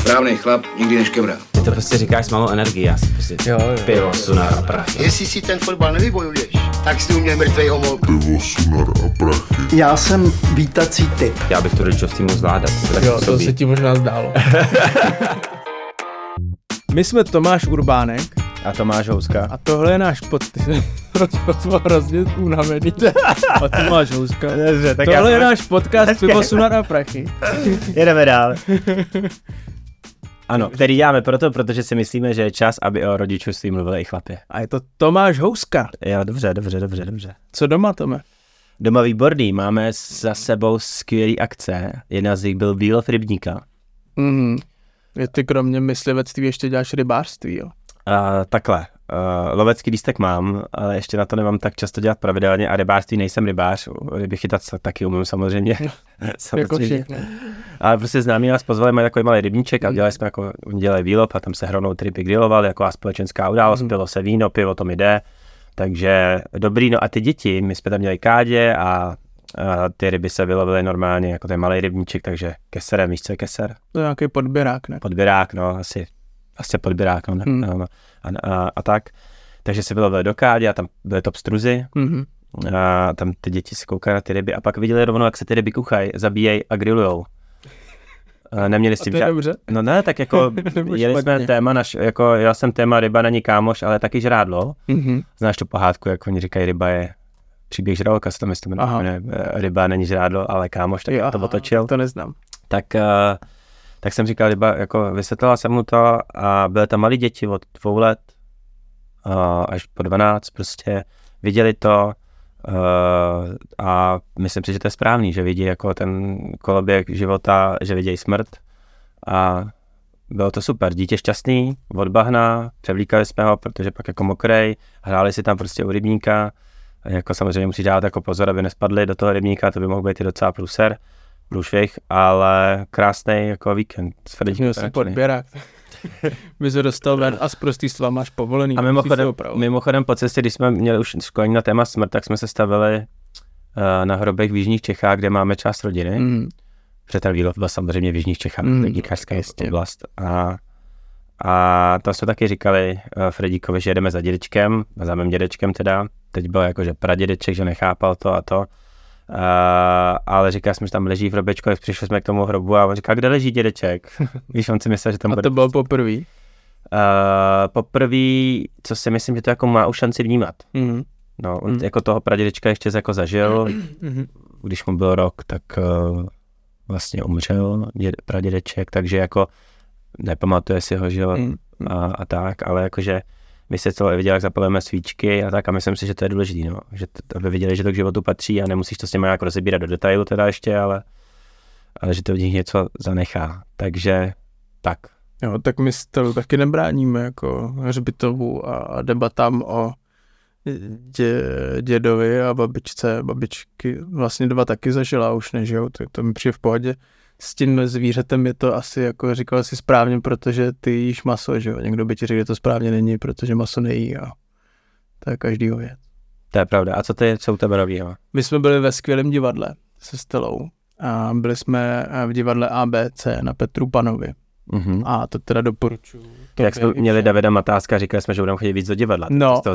Správný chlap nikdy neškemrá. Ty to prostě říkáš s malou energií, já si prostě pivo, sunar a prachy. Jestli si ten fotbal nevybojuješ, tak si u mě mrtvej homol. Pivo, sunar a prachy. Já jsem vítací typ. Já bych to rodičovství mohl zvládat. Jo, to se ti možná zdálo. My jsme Tomáš Urbánek. A Tomáš Houska. A tohle je náš hrozně unavený. A Tomáš Houska. Dobře, tak tohle je náš podcast Pivo, sunar a prachy. Jedeme dál. Ano, který děláme protože si myslíme, že je čas, aby o rodičovství mluvili i chlapi. A je to Tomáš Houska. Jo, dobře. Co doma, Tome? Doma výborný, máme za sebou skvělý akce. Jedna z nich byl výlov rybníka. Ty kromě myslivectví ještě děláš rybářství, jo? Takhle, lovecký lístek mám, ale ještě na to nemám tak často dělat pravidelně a rybářství nejsem rybář, ryby chytat taky umím samozřejmě. Jako všechno. Ale prostě známí nás pozvali, mají takový malý rybníček a dělali jsme jako, dělají výlov a tam se hronou ty ryby grilovali, jako společenská událost, pilo se víno, pivo, to mi jde, takže dobrý, no a ty děti, my jsme tam měli kádě a ty ryby se vylovily normálně, jako ten malý rybníček, takže keserem, víš co je keser? To je nějaký podběrák, ne? Podběrák, no, asi podběrák, no, no. A tak. Takže se vylovili do kádě a tam byly top struzy. A tam ty děti si koukají na ty ryby a pak viděli rovnou, jak se ty ryby kuchají, zabíjejí a grillujou. Neměli s tím dobře. No ne, tak jako jeli jsme téma, jako já jsem téma ryba není kámoš, ale taky žrádlo. Znáš tu pohádku, jak oni říkají, ryba je příběh žraloka, se to myslím, ryba není žrádlo, ale kámoš, tak to otočil. To neznám. Tak jsem říkal, ryba, jako vysvětlila jsem mu to a byly tam malí děti od 2 let až po 12, prostě viděli to a myslím si, že to je správný, že vidí jako ten koloběh života, že vidějí smrt a bylo to super, dítě šťastný, od bahna, převlíkali jsme ho, protože pak jako mokrej, hráli si tam prostě u rybníka, jako samozřejmě musí dát jako pozor, aby nespadli do toho rybníka, to by mohl být i docela průšvih, ale krásný jako víkend s Fredíkem. Měl jsem podběrák. My se dostal ven a z prostý slova máš povolený. A mimochodem po cestě, když jsme měli už školení na téma smrt, tak jsme se stavili na hrobech v Jižních Čechách, kde máme část rodiny. Protože ten výlov byl samozřejmě v Jižních Čechách, rybníkařská oblast. A to jsme taky říkali Fredíkovi, že jedeme za dědečkem, za mým dědečkem teda. Teď byl jakože pradědeček, že nechápal to a to. Ale říkal jsem, že tam leží v hrobečku, tak přišli jsme k tomu hrobu a on říká, kde leží dědeček? Víš, on si myslel, že tam bude... A to bylo poprvé? Poprvé, co si myslím, že to jako má už šanci vnímat. No, on jako toho pradědečka ještě jako zažil, když mu byl rok, tak vlastně umřel pradědeček, takže jako nepamatuje si ho, že a tak, ale jakože vysvětlil, viděl, jak zapalujeme svíčky a tak a myslím si, že to je důležitý, no, že aby viděli, že to k životu patří a nemusíš to s nimi nějak rozebírat do detailu teda ještě, ale že to v nich něco zanechá, takže tak. Jo, tak my to taky nebráníme jako hřbitovu a debatám o dědovi a babičky vlastně 2 taky zažila, už nežijou, to mi přijde v pohodě. S tím zvířetem je to asi, jako říkal si správně, protože ty jíš maso, že jo? Někdo by ti řekl, že to správně není, protože maso nejí a to je každýho věc. To je pravda. A co u tebe novýho? My jsme byli ve skvělém divadle se Stelou a byli jsme v divadle ABC na Petru Panovi. A to teda doporučuji. Jak jsme měli Davida Matáska, říkali jsme, že budeme chodit víc do divadla.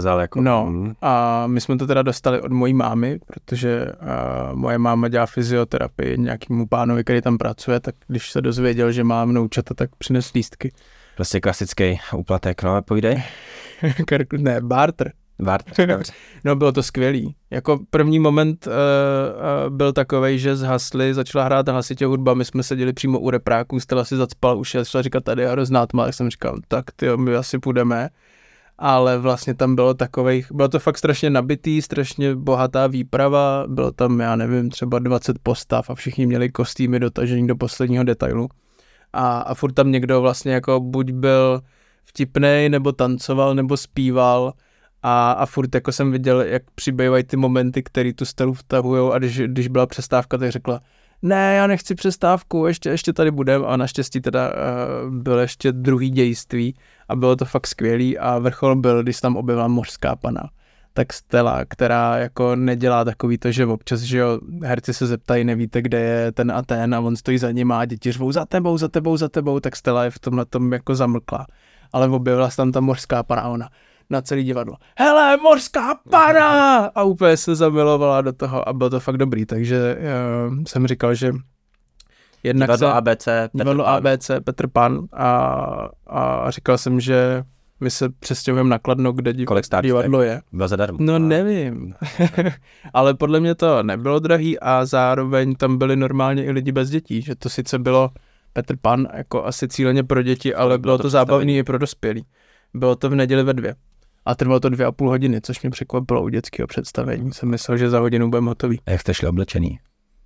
A my jsme to teda dostali od mojí mámy, protože moje máma dělá fyzioterapii nějakému pánovi, který tam pracuje, tak když se dozvěděl, že mám vnoučata, tak přines lístky. Prostě klasický úplatek, no, povídej. Ne, barter. No, bylo to skvělý. Jako první moment byl takovej, že zhasli, začala hrát hlasitě hudba, my jsme seděli přímo u repráků, Stella si zacpal, už začala říkat tady je hrozná tma, tak jsem říkal, tak tyjo, my asi půjdeme. Ale vlastně tam bylo to fakt strašně nabitý, strašně bohatá výprava, bylo tam, já nevím, třeba 20 postav a všichni měli kostýmy dotažený do posledního detailu. A furt tam někdo vlastně jako buď byl vtipnej, nebo tancoval, nebo zpíval. A furt jako jsem viděl, jak přibývají ty momenty, které tu Stelu vtahujou a když byla přestávka, tak řekla, ne, já nechci přestávku, ještě tady budem a naštěstí teda bylo ještě druhý dějství a bylo to fakt skvělý a vrchol byl, když tam objevila mořská pana. tak Stella, která jako nedělá takový to, že občas, že jo, herci se zeptají, nevíte, kde je ten a on stojí za ním a děti řvou za tebou, tak Stella je v tomhletom jako zamlklá. Ale objevila se tam ta mořská pana a ona na celý divadlo. Hele, mořská pana! A úplně se zamilovala do toho a bylo to fakt dobrý, takže jsem říkal, že jednak divadlo ABC, Petr Pan a říkal jsem, že my se přestěhujeme na Kladno, kde divadlo je. Bylo zadarmo. No nevím, ale podle mě to nebylo drahý a zároveň tam byli normálně i lidi bez dětí, že to sice bylo Petr Pan jako asi cíleně pro děti, ale bylo to zábavný i pro dospělí. Bylo to v neděli ve 2. A trvalo to 2,5 hodiny, což mě překvapilo u dětského představení. Jsem myslel, že za hodinu budeme hotový. A jak jste šli oblečený?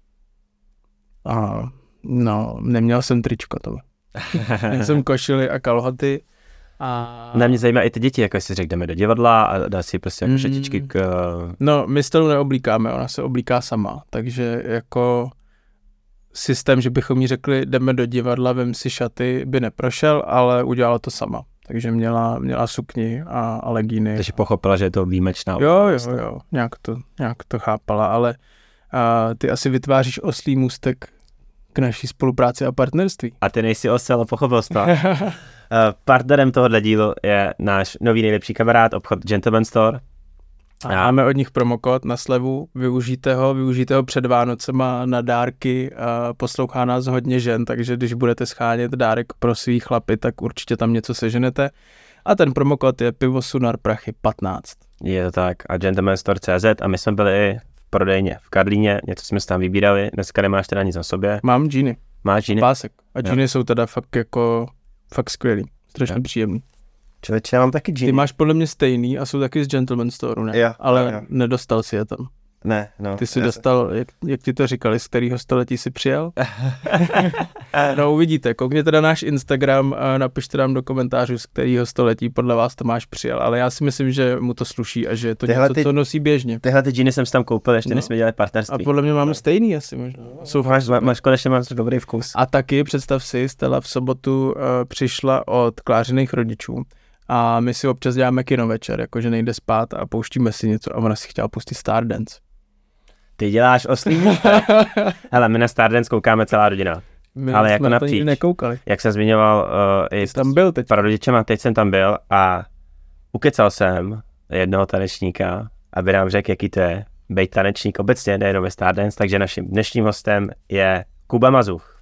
No, neměl jsem tričko to. Měl jsem košily a kalhoty. Na mě zajímá i ty děti, jako jestli jdeme do divadla a dá si prostě jako šatičky k... No, my Stelu neoblíkáme, ona se oblíká sama, takže jako systém, že bychom jí řekli, jdeme do divadla, vem si šaty, by neprošel, ale udělala to sama. Takže měla sukni a legíny. Takže pochopila, že je to výjimečná. Jo, nějak to chápala, ale ty asi vytváříš oslý můstek k naší spolupráci a partnerství. A ty nejsi osel, pochopil jsi to. Partnerem tohohle dílu je náš nový nejlepší kamarád, obchod Gentleman Store. A máme od nich promokód na slevu, využijte ho před Vánocema na dárky, poslouchá nás hodně žen, takže když budete schánět dárek pro svý chlapy, tak určitě tam něco seženete. A ten promokód je pivo Sunar Prachy 15. Je to tak, a gentlemanstore.cz a my jsme byli v prodejně v Karlíně, něco jsme si tam vybírali, dneska nemáš teda nic na sobě. Mám džíny. Máš džíny? Pásek. A džíny jsou teda fakt skvělý, strašně příjemný. Člověče, já mám taky džíny. Ty máš podle mě stejný a jsou taky z Gentleman Store, ne? Jo, ale jo. Nedostal si je tam. Ne, no. Ty jsi dostal, jak ti to říkali, z kterého století jsi přijel? No uvidíte, koukněte na náš Instagram a napište nám do komentářů, z kterého století podle vás Tomáš přijel, ale já si myslím, že mu to sluší a že je to něco, co nosí běžně. Tyhle ty džíny jsem si tam koupil, ještě než jsme dělali partnerství. A podle mě máme stejný asi možná. Máš konečně máš dobrý vkus. A taky, představ si, Stella v sobotu přišla od Klářiných rodičů. A my si občas děláme kino večer, jakože nejde spát a pouštíme si něco a ona si chtěla pustit Stardance. Ty děláš oslý můstek. Hele, my na Stardance koukáme celá rodina. My ale jsme jako na to napříč. nikdy nekoukali. Jak jsem zmiňoval i tam byl teď. Pro rodičema, teď jsem tam byl a ukecal jsem jednoho tanečníka, aby nám řekl, jaký to je být tanečník obecně, nejenom ve Stardance, takže naším dnešním hostem je Kuba Mazuch.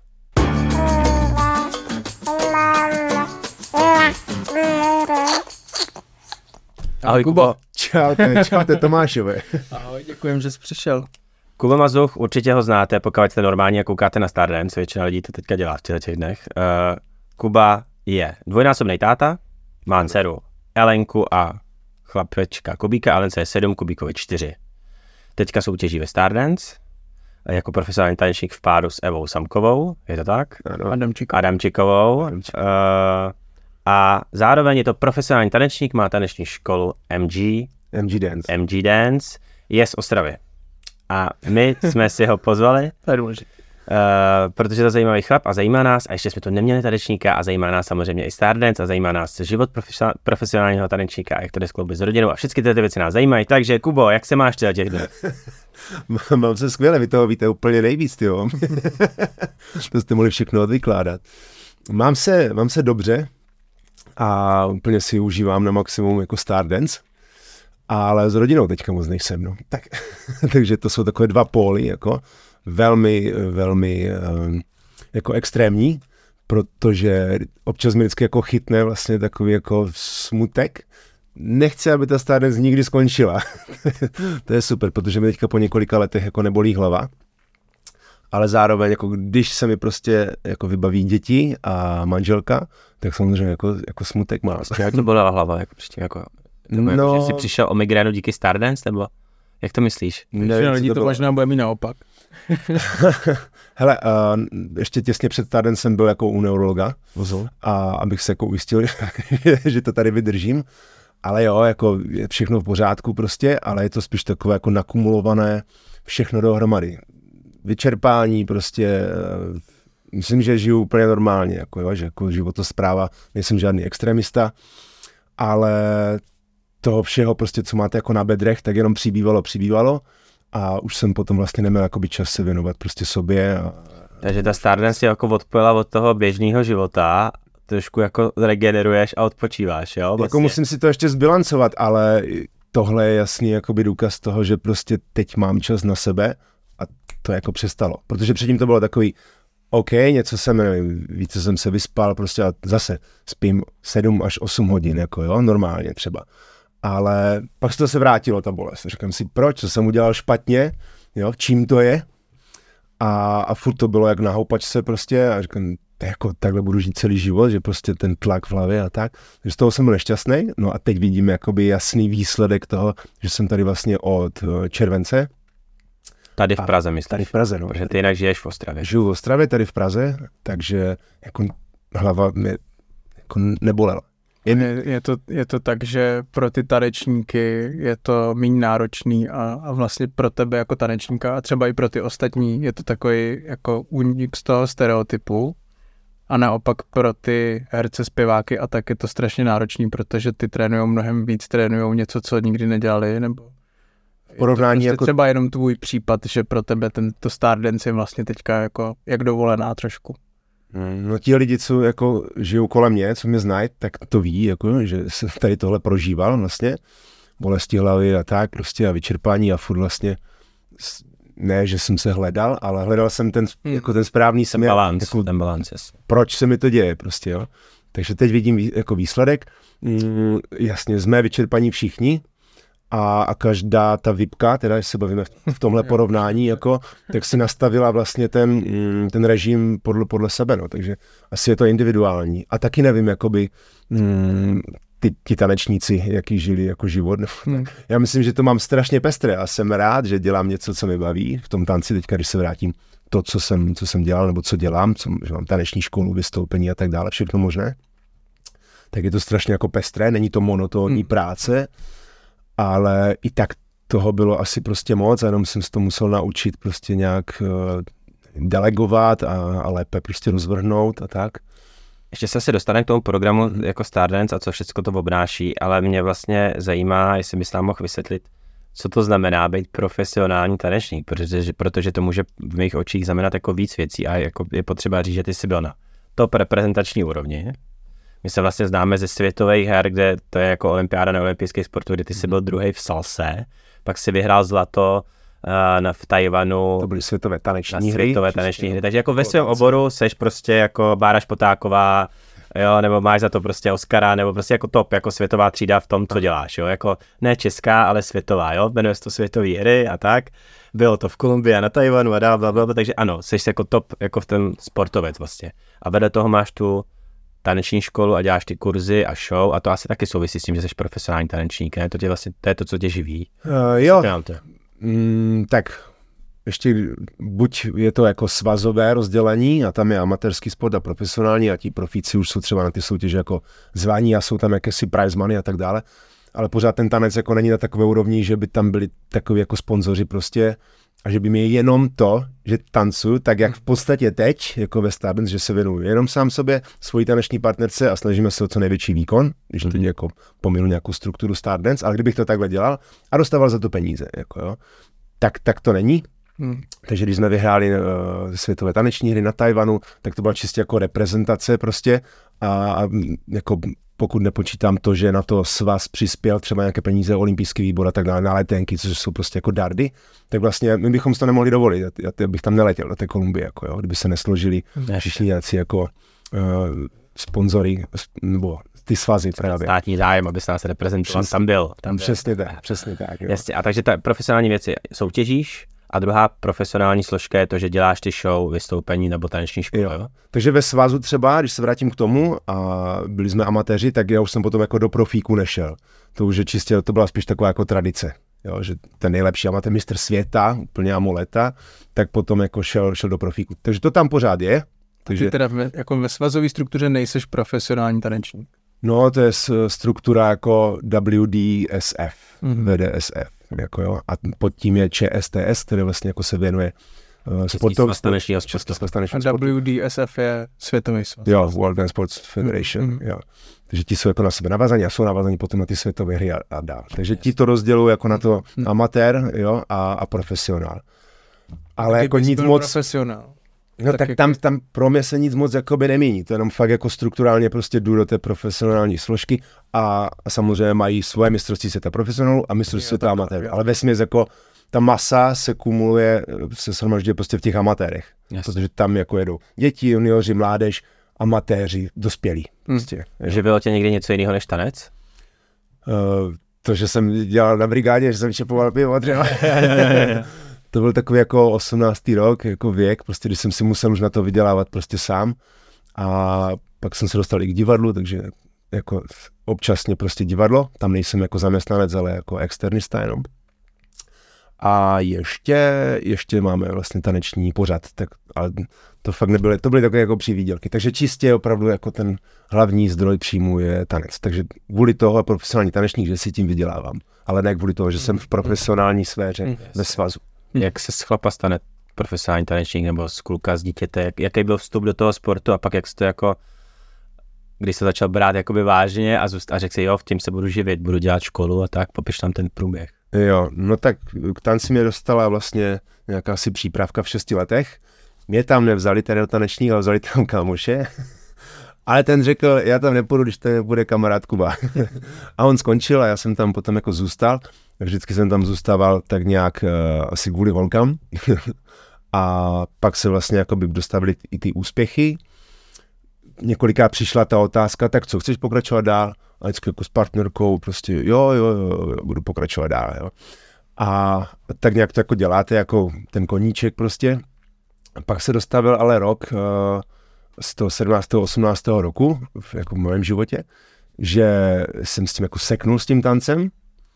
Ahoj Kubo. Čaute Tomášové. Ahoj, děkujem, že jsi přišel. Kuba Mazuch, určitě ho znáte, pokud jste normálně a koukáte na Stardance, většina lidí to teďka dělá v těch dnech. Kuba je dvojnásobný táta, má dceru Elenku a chlapečka Kubíka, Elence je 7, Kubíkovi 4. Teďka soutěží ve Stardance, jako profesionální tanečník v páru s Evou Samkovou, je to tak? Adamčikovou. A zároveň je to profesionální tanečník, má taneční školu MG Dance, je z Ostravy. A my jsme si ho pozvali, protože to je zajímavý chlap a zajímá nás, a ještě jsme to neměli tanečníka a zajímá nás samozřejmě i Stardance a zajímá nás život profesionálního tanečníka a jak to jde skloubit s rodinou a všechny tyhle věci nás zajímají. Takže Kubo, jak se máš třeba těch dnech? Mám se skvěle, vy toho víte úplně nejvíc, jo. To jste mohli všechno odvykládat. Mám se dobře a úplně si užívám na maximum jako Stardance. Ale s rodinou teďka moc nejsem, no. Takže to jsou takové dva póly, jako velmi jako extrémní, protože občas mi vždycky jako chytne vlastně takový jako smutek. Nechci, aby ta Stardance nikdy skončila. To je super, protože mi teďka po několika letech jako nebolí hlava. Ale zároveň, jako když se mi prostě jako vybaví děti a manželka, tak samozřejmě jako smutek má. Jak to bolela hlava? No, že jsi přišel o migrénu díky Stardance, nebo jak to myslíš? Nevím, lidí to možná bude mít naopak. Hele, ještě těsně před Stardance jsem byl jako u neurologa, a abych se jako ujistil, že to tady vydržím. Ale jo, jako je všechno v pořádku prostě, ale je to spíš takové jako nakumulované všechno dohromady. Vyčerpání prostě, myslím, že žiju úplně normálně, jako, jo, že jako životospráva, nejsem žádný extremista, ale toho všeho prostě, co máte jako na bedrech, tak jenom přibývalo a už jsem potom vlastně neměl jakoby čas se věnovat prostě sobě. Takže ta Stardance jako odpojila od toho běžného života, trošku jako regeneruješ a odpočíváš, jo? Vlastně. Jako musím si to ještě zbilancovat, ale tohle je jasný jakoby důkaz toho, že prostě teď mám čas na sebe a to jako přestalo. Protože předtím to bylo takový, OK, něco více jsem se vyspal, prostě a zase spím 7 až 8 hodin, jako jo, normálně třeba. Ale pak se to se vrátilo, ta bolest. Říkám si, proč, co jsem udělal špatně, jo, čím to je? A furt to bylo jak na houpačce prostě a říkám, jako takhle budu žít celý život, že prostě ten tlak v hlavě a tak. Takže z toho jsem byl nešťastný. No a teď vidím jakoby jasný výsledek toho, že jsem tady vlastně od července. Tady v Praze, myslíš? Tady v Praze, no. Protože ty jinak žiješ v Ostravě. Žiju v Ostravě, tady v Praze, takže jako hlava mě jako nebolela. Je to tak, že pro ty tanečníky je to méně náročný a vlastně pro tebe jako tanečníka a třeba i pro ty ostatní je to takový jako únik z toho stereotypu a naopak pro ty herce, zpěváky a tak je to strašně náročný, protože ty trénujou mnohem víc, trénujou něco, co nikdy nedělali, nebo porovnání prostě jako třeba jenom tvůj případ, že pro tebe to Stardance je vlastně teďka jako jak dovolená trošku. No ti lidi, co jako žijou kolem mě, co mě znají, tak to ví, jako, že jsem tady tohle prožíval vlastně, bolesti hlavy a tak prostě a vyčerpání a furt vlastně, ne, že jsem se hledal, ale hledal jsem ten správný směr. Ten balans, yes. Proč se mi to děje prostě, jo. Takže teď vidím jako výsledek, jasně, jsme vyčerpaní všichni, a každá ta VIPka, teda když se bavíme v tomhle porovnání, jako, tak si nastavila vlastně ten režim podle sebe, no, takže asi je to individuální. A taky nevím, jakoby ti tanečníci, jaký žili jako život. Já myslím, že to mám strašně pestré a jsem rád, že dělám něco, co mi baví v tom tanci, teďka, když se vrátím to, co jsem dělal, nebo co dělám, že mám taneční školu, vystoupení a tak dále, všechno možné. Tak je to strašně jako pestré, není to monotónní práce, ale i tak toho bylo asi prostě moc a jenom jsem se to musel naučit prostě nějak delegovat a lépe prostě rozvrhnout a tak. Ještě se asi dostane k tomu programu jako Stardance a co všechno to obnáší, ale mě vlastně zajímá, jestli bys nám mohl vysvětlit, co to znamená být profesionální tanečník, protože to může v mých očích znamenat jako víc věcí a jako je potřeba říct, že ty jsi byl na top reprezentační úrovni. My se vlastně známe ze světových her, kde to je jako olympiáda na olympijských sportu, kde ty jsi byl druhý v salse, pak si vyhrál zlato v Tajvanu. To byly světové taneční hry. Takže jako ve svém oboru seš prostě jako Bára Špotáková, jo, nebo máš za to prostě Oscara, nebo prostě jako top, jako světová třída v tom, co děláš, jo, jako ne česká, ale světová, jo, jmenuje se to světové hry a tak. Bylo to v Kolumbii a na Tajvanu a dál, blablabla, takže ano, seš jako top, jako v ten sportovec vlastně. A vedle toho máš tu taneční školu a děláš ty kurzy a show a to asi taky souvisí s tím, že jsi profesionální tanečník, ne? To je to, co tě živí. Jo, tak ještě buď je to jako svazové rozdělení a tam je amatérský sport a profesionální a ti profíci už jsou třeba na ty soutěže jako zvaní a jsou tam jakési prize money a tak dále, ale pořád ten tanec jako není na takové úrovni, že by tam byli takový jako sponzoři prostě a že by mě jenom to, že tancuju, tak jak v podstatě teď, jako ve Stardance, že se věnuju jenom sám sobě, svojí taneční partnerce a snažíme se o co největší výkon, když teď jako pominu nějakou strukturu Stardance, ale kdybych to takhle dělal a dostával za to peníze, jako jo, tak to není. Takže když jsme vyhráli světové taneční hry na Tajvanu, tak to byla čistě jako reprezentace prostě a jako pokud nepočítám to, že na to svaz přispěl třeba nějaké peníze, olympijský výbor a tak dále, na letenky, což jsou prostě jako dardy, tak vlastně my bychom si to nemohli dovolit. Já bych tam neletěl do té Kolumbie, jako jo, kdyby se nesložili všichni nějací jako sponzory, nebo ty svazy právě. Státní zájem, aby se nás reprezentoval, tam byl. Přesně tak. Jo. Jasně, a takže ta profesionální věci soutěžíš, a druhá profesionální složka je to, že děláš ty show, vystoupení nebo taneční školu. Jo. Takže ve svazu třeba, když se vrátím k tomu a byli jsme amatéři, tak já už jsem potom jako do profíku nešel. To už je čistě, to byla spíš taková jako tradice. Jo, že ten nejlepší amatér, mistr světa, úplně amoleta, tak potom jako šel do profíku. Takže to tam pořád je. Takže ty teda jako ve svazové struktuře nejseš profesionální tanečník. No, to je struktura jako WDSF, VDSF. Jako jo, a pod tím je ČSTS, který vlastně jako se věnuje A WDSF je světový svaz. Jo, World Dance Sports Federation, jo. Takže ti jsou jako na sebe navázaní a jsou navázaní potom na ty světové hry a dál. Takže ti to rozdělují jako na to amatér, jo, a profesionál. Ale jako nic moc... Profesionál. No tak tam pro mě se nic moc jakoby nemění, to jenom fakt jako strukturálně prostě jdu do té profesionální složky a samozřejmě mají svoje mistrovství světa profesionálů a mistrovství světa amatérů, ale vesměs jako ta masa se kumuluje, se shromažďuje prostě v těch amatérech, protože tam jako jedou děti, junioři, mládež, amatéři, dospělí. Prostě, Živilo tě někdy něco jiného než tanec? To, že jsem dělal na brigádě, že jsem čepoval pivo třeba. To byl takový jako 18. rok, jako věk, prostě když jsem si musel už na to vydělávat prostě sám a pak jsem se dostal i k divadlu, takže jako občasně prostě divadlo, tam nejsem jako zaměstnanec, ale jako externista jenom. A ještě máme vlastně taneční pořad, tak, ale to fakt nebyly, to byly takové jako přivídělky, takže čistě opravdu jako ten hlavní zdroj příjmu je tanec, takže kvůli toho profesionální tanečník, že si tím vydělávám, ale ne kvůli toho, že jsem v profesionální sféře ve svazu. Jak se z chlapa stane profesionální tanečník nebo z kluka, z dítěte, jaký byl vstup do toho sportu a pak jak jsi to jako, když se začal brát jakoby vážně a řekl si, jo, v tím se budu živit, budu dělat školu a tak, popiš tam ten průběh. Jo, no tak k tanci mě dostala vlastně nějaká asi přípravka v 6 letech. Mě tam nevzali tedy tanečník, ale vzali tam kámoše. Ale ten řekl, já tam nepůjdu, když to nebude kamarád Kuba. A on skončil a já jsem tam potom jako zůstal. Vždycky jsem tam zůstával tak nějak asi kvůli volkám. A pak se vlastně jakoby dostavily i ty úspěchy. Několikrát přišla ta otázka, tak co, chceš pokračovat dál? A vždycky jako s partnerkou prostě jo, budu pokračovat dál, jo. A tak nějak to jako děláte, jako ten koníček prostě. A pak se dostavil ale rok z toho 17. 18. roku, jako v mém životě, že jsem s tím jako seknul s tím tancem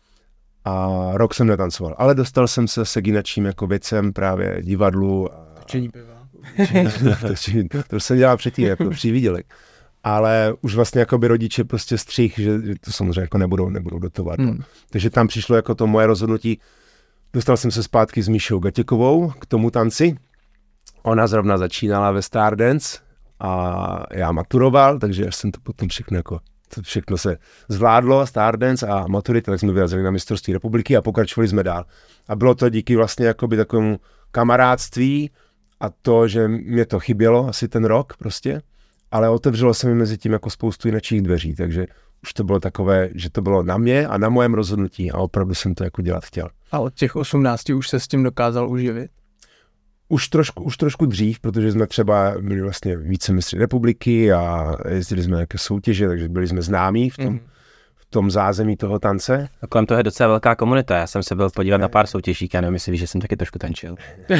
a rok jsem netancoval. Ale dostal jsem se k jinačím jako věcem, právě divadlu. Točení piva. To jsem dělal předtím, jako přivídělek. Ale už vlastně jako by rodiče prostě střih, že to samozřejmě jako nebudou dotovat. Takže tam přišlo jako to moje rozhodnutí. Dostal jsem se zpátky s Míšou Gatěkovou k tomu tanci. Ona zrovna začínala ve Stardance a já maturoval, takže až jsem to potom všechno se zvládlo, Stardance a maturita, tak jsme vyrazili na mistrovství republiky a pokračovali jsme dál. A bylo to díky vlastně jakoby takovému kamarádství a to, že mě to chybělo asi ten rok prostě. Ale otevřelo se mi mezi tím jako spoustu jiných dveří, takže už to bylo takové, že to bylo na mě a na mojem rozhodnutí a opravdu jsem to jako dělat chtěl. A od těch 18 už se s tím dokázal uživit? Už trošku dřív, protože jsme třeba byli vlastně vícemistři republiky a jezdili jsme nějaké soutěže, takže byli jsme známí v tom zázemí toho tance. A kolem toho je docela velká komunita, já jsem se byl podívat na pár soutěží, já nevím, jestli víš, že jsem taky trošku tančil.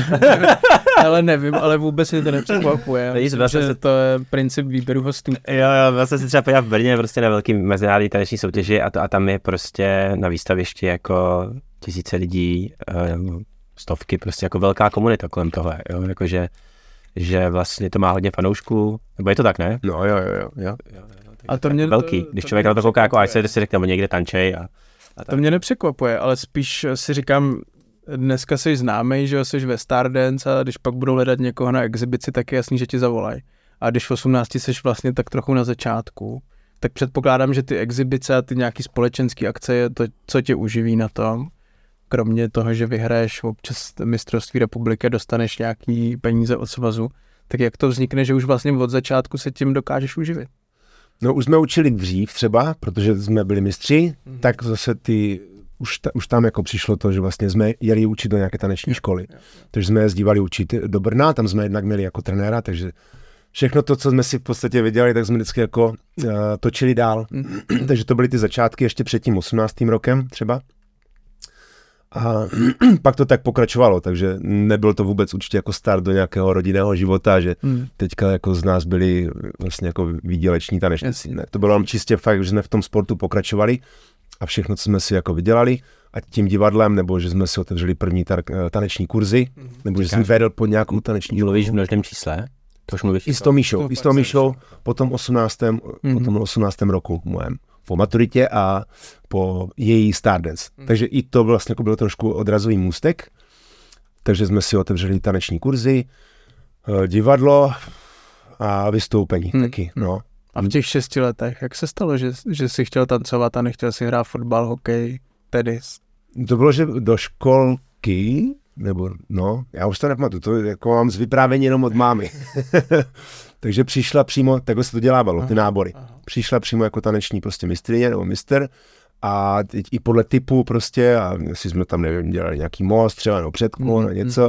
Ale nevím, ale vůbec si to nepřekvapuje. Že to je princip výběru hostů. Jo, vlastně si třeba podívat v Brně prostě na velký mezinárodní taneční soutěži a tam je prostě na výstavišti jako tisíce lidí, stovky, prostě jako velká komunita kolem toho, jo, jakože že vlastně to má hodně fanoušků, nebo je to tak, ne? No jo. A to mě velký, když člověk na to kouká, jako ať se si řekne, nebo někde tančej a to mě nepřekvapuje, ale spíš si říkám, dneska jsi známej, že jsi ve Stardance a když pak budou hledat někoho na exibici, tak je jasný, že ti zavolají. A když v 18 jsi vlastně tak trochu na začátku, tak předpokládám, že ty exibice a ty nějaký společenský akce je to, co tě uživí na tom. Kromě toho, že vyhraješ občas mistrovství republiky, dostaneš nějaký peníze od svazu, tak jak to vznikne, že už vlastně od začátku se tím dokážeš uživit? No už jsme učili dřív třeba, protože jsme byli mistři, tak zase už tam jako přišlo to, že vlastně jsme jeli učit do nějaké taneční školy. Takže jsme jezdívali učit do Brna, tam jsme jednak měli jako trenéra, takže všechno to, co jsme si v podstatě viděli, tak jsme vždycky jako točili dál. Takže to byly ty začátky ještě před tím 18. rokem třeba. A pak to tak pokračovalo, takže nebyl to vůbec určitě jako start do nějakého rodinného života, že teďka jako z nás byli vlastně jako výděleční tanečníci. Ne, to bylo jenom čistě fakt, že jsme v tom sportu pokračovali a všechno, co jsme si jako vydělali, ať tím divadlem, nebo že jsme si otevřeli první taneční kurzy, nebo že jsem vedl pod nějakou taneční školu. Mluvíš v množném čísle? To už mluvíš? I s tou Míšou, potom 18. roku mojem. Po maturitě a po její Stardance. Takže i to vlastně jako byl trošku odrazový můstek. takže jsme si otevřeli taneční kurzy, divadlo a vystoupení taky, no. A v těch 6 letech, jak se stalo, že jsi chtěl tancovat a nechtěl si hrát fotbal, hokej, tenis? To bylo, že do školky, nebo no, já už to nepamatuju, to jako mám z vyprávění jenom od mámy. Takže přišla přímo, takhle se to dělávalo, ty nábory. Přišla přímo jako taneční prostě mistryně nebo mistr a i podle typu prostě, a jestli jsme tam, nevím, dělali nějaký most třeba nebo předklon a něco.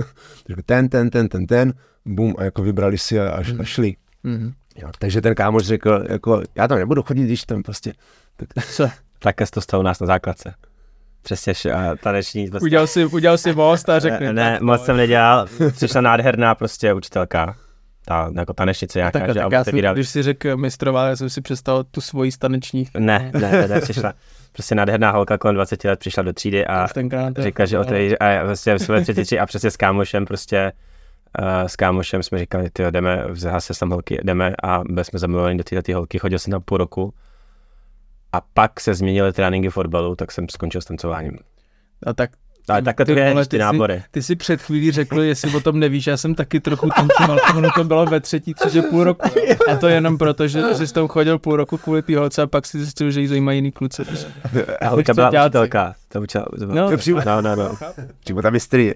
ten, bum, a jako vybrali si a šli. Jo, takže ten kámoš řekl, jako, já tam nebudu chodit, když tam prostě. Také to stalo u nás na základce. Přesně taneční. Prostě. Udělal si most a řekne. Ne, moc jsem nedělal. Přišla nádherná prostě učitelka. Ta jako tanečnice nějaká. Tak já jsem, když si řekl mistrová, já jsem si představil tu svoji taneční. Ne, přišla. Prostě nádherná holka kolem 20 let přišla do třídy a řekla, že otevří a vlastně jsme 33 a přesně s kámošem prostě s kámošem jsme říkali, tyjo, jdeme, vzala se tam holky, jdeme a byli jsme zamilovaní do této holky, chodil jsem tam půl roku a pak se změnily tréninky fotbalu, tak jsem skončil s tancováním. A tak ale takhle to je ty nábory. Ty si před chvílí řekl, jestli o tom nevíš, já jsem taky trochu tancoval, ono to bylo ve 3. třídě půl roku. A to jenom proto, že jsi tam chodil půl roku kvůli té holce a pak si zjistil, že jí zajímají jiný kluci. A holka byla učitelka. No. Přímo ta mistryně.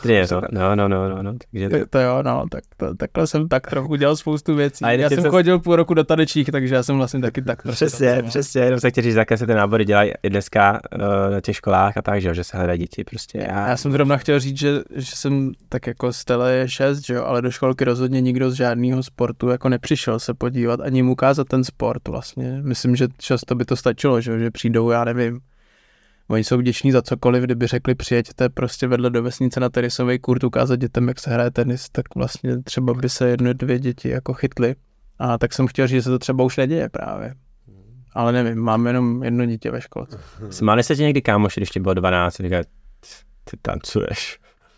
No. Takže... To jo, no, takhle jsem tak trochu dělal spoustu věcí. Já jsem chodil půl roku do tanečních, takže já jsem vlastně taky tak. Přesně, jenom se chtěl říct, jaké se ty nábory dělají i dneska na těch školách a tak, že se hledají děti prostě. Já jsem zrovna chtěl říct, že jsem tak jako z tele je 6, že jo, ale do školky rozhodně nikdo z žádného sportu jako nepřišel se podívat ani jim ukázat ten sport vlastně. Myslím, že často by to stačilo, že přijdou, já nevím. Oni jsou vděční za cokoliv, kdyby řekli přijeďte prostě vedle do vesnice na tenisový kurt ukázat dětem, jak se hraje tenis, tak vlastně třeba by se 1-2 děti jako chytly. A tak jsem chtěl říct, že se to třeba už neděje právě. Ale nevím, mám jenom 1 dítě ve školce. Smáli se ti někdy kámoši, když ti bylo 12, říkají, ty tancuješ?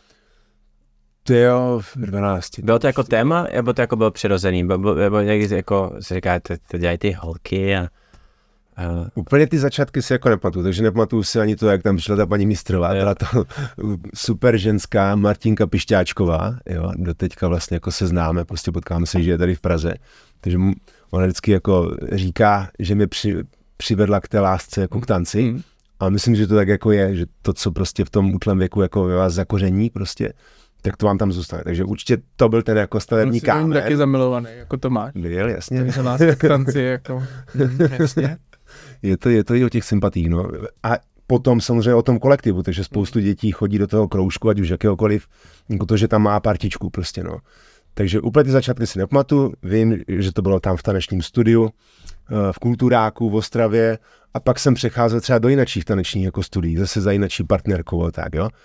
Ty jo, v 12. Bylo to jako téma, nebo to jako bylo přirozený? Nebo někdy jako se říká, to dělají ty holky a... Úplně ty začátky si jako nepamatuju, takže nepamatuju si ani to, jak tam přišla ta paní mistrová, byla to super ženská Martinka Pišťáčková, jo, doteďka vlastně jako se známe, prostě potkáme se, že je tady v Praze, takže ona vždycky jako říká, že mě přivedla k té lásce jako k tanci a myslím, že to tak jako je, že to, co prostě v tom útlém věku jako vás zakoření prostě, tak to vám tam zůstane. Takže určitě to byl ten jako stavební kámen. Jsem taky zamilovaný, jako to máš. Byl, jasně. Takže láska k tanci, jako, jasně. Je to i o těch sympatích, no. A potom samozřejmě o tom kolektivu, takže spoustu dětí chodí do toho kroužku, ať už jakéhokoliv, jako to, že tam má partičku prostě, no. Takže úplně ty začátky si nepamatuju, vím, že to bylo tam v tanečním studiu, v Kulturáku v Ostravě a pak jsem přecházel třeba do jinačích tanečních jako studií, zase za jinačí partnerkou, tak jo.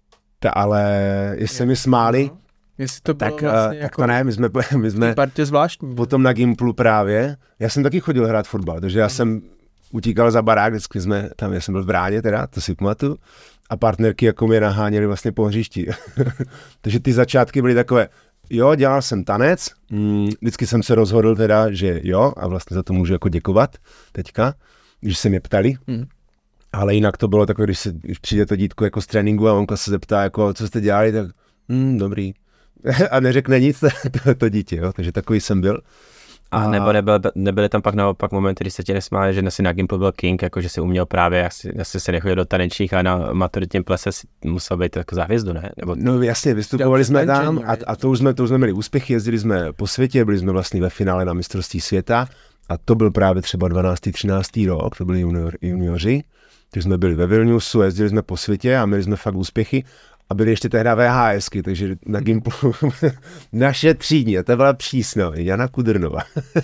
Ale jestli se mi smáli, jestli to bylo tak, vlastně tak jako to ne, my jsme partě zvláštní. Potom na Gimplu právě, já jsem taky chodil hrát fotbal, takže já jsem utíkal za barák, vždycky jsme tam, já jsem byl v bráně teda, to si pamatuju, a partnerky jako mě naháněly vlastně po hřišti. Takže ty začátky byly takové, jo, dělal jsem tanec, vždycky jsem se rozhodl teda, že jo, a vlastně za to můžu jako děkovat teďka, když se mě ptali. Ale jinak to bylo takové, když přijde to dítko jako z tréninku a onka se zeptá, jako, co jste dělali, tak dobrý. A neřekne nic to dítě, jo? Takže takový jsem byl. A nebo nebyly tam pak naopak momenty, kdy se ti nesmáli, že si na Gimplu byl king, jako že si uměl právě, asi se nechodil do tanečních a na maturitním plese musel být jako za hvězdu, ne? Nebo... No jasně, vystupovali jsme tam a to už jsme měli úspěchy, jezdili jsme po světě, byli jsme vlastně ve finále na mistrovství světa a to byl právě třeba 12. 13. rok, to byli junioři, takže jsme byli ve Vilniusu, jezdili jsme po světě a měli jsme fakt úspěchy. A byly ještě tehdy VHSky, takže na Gimplu naše třídní, a to byla přísno, Jana Kudrnova.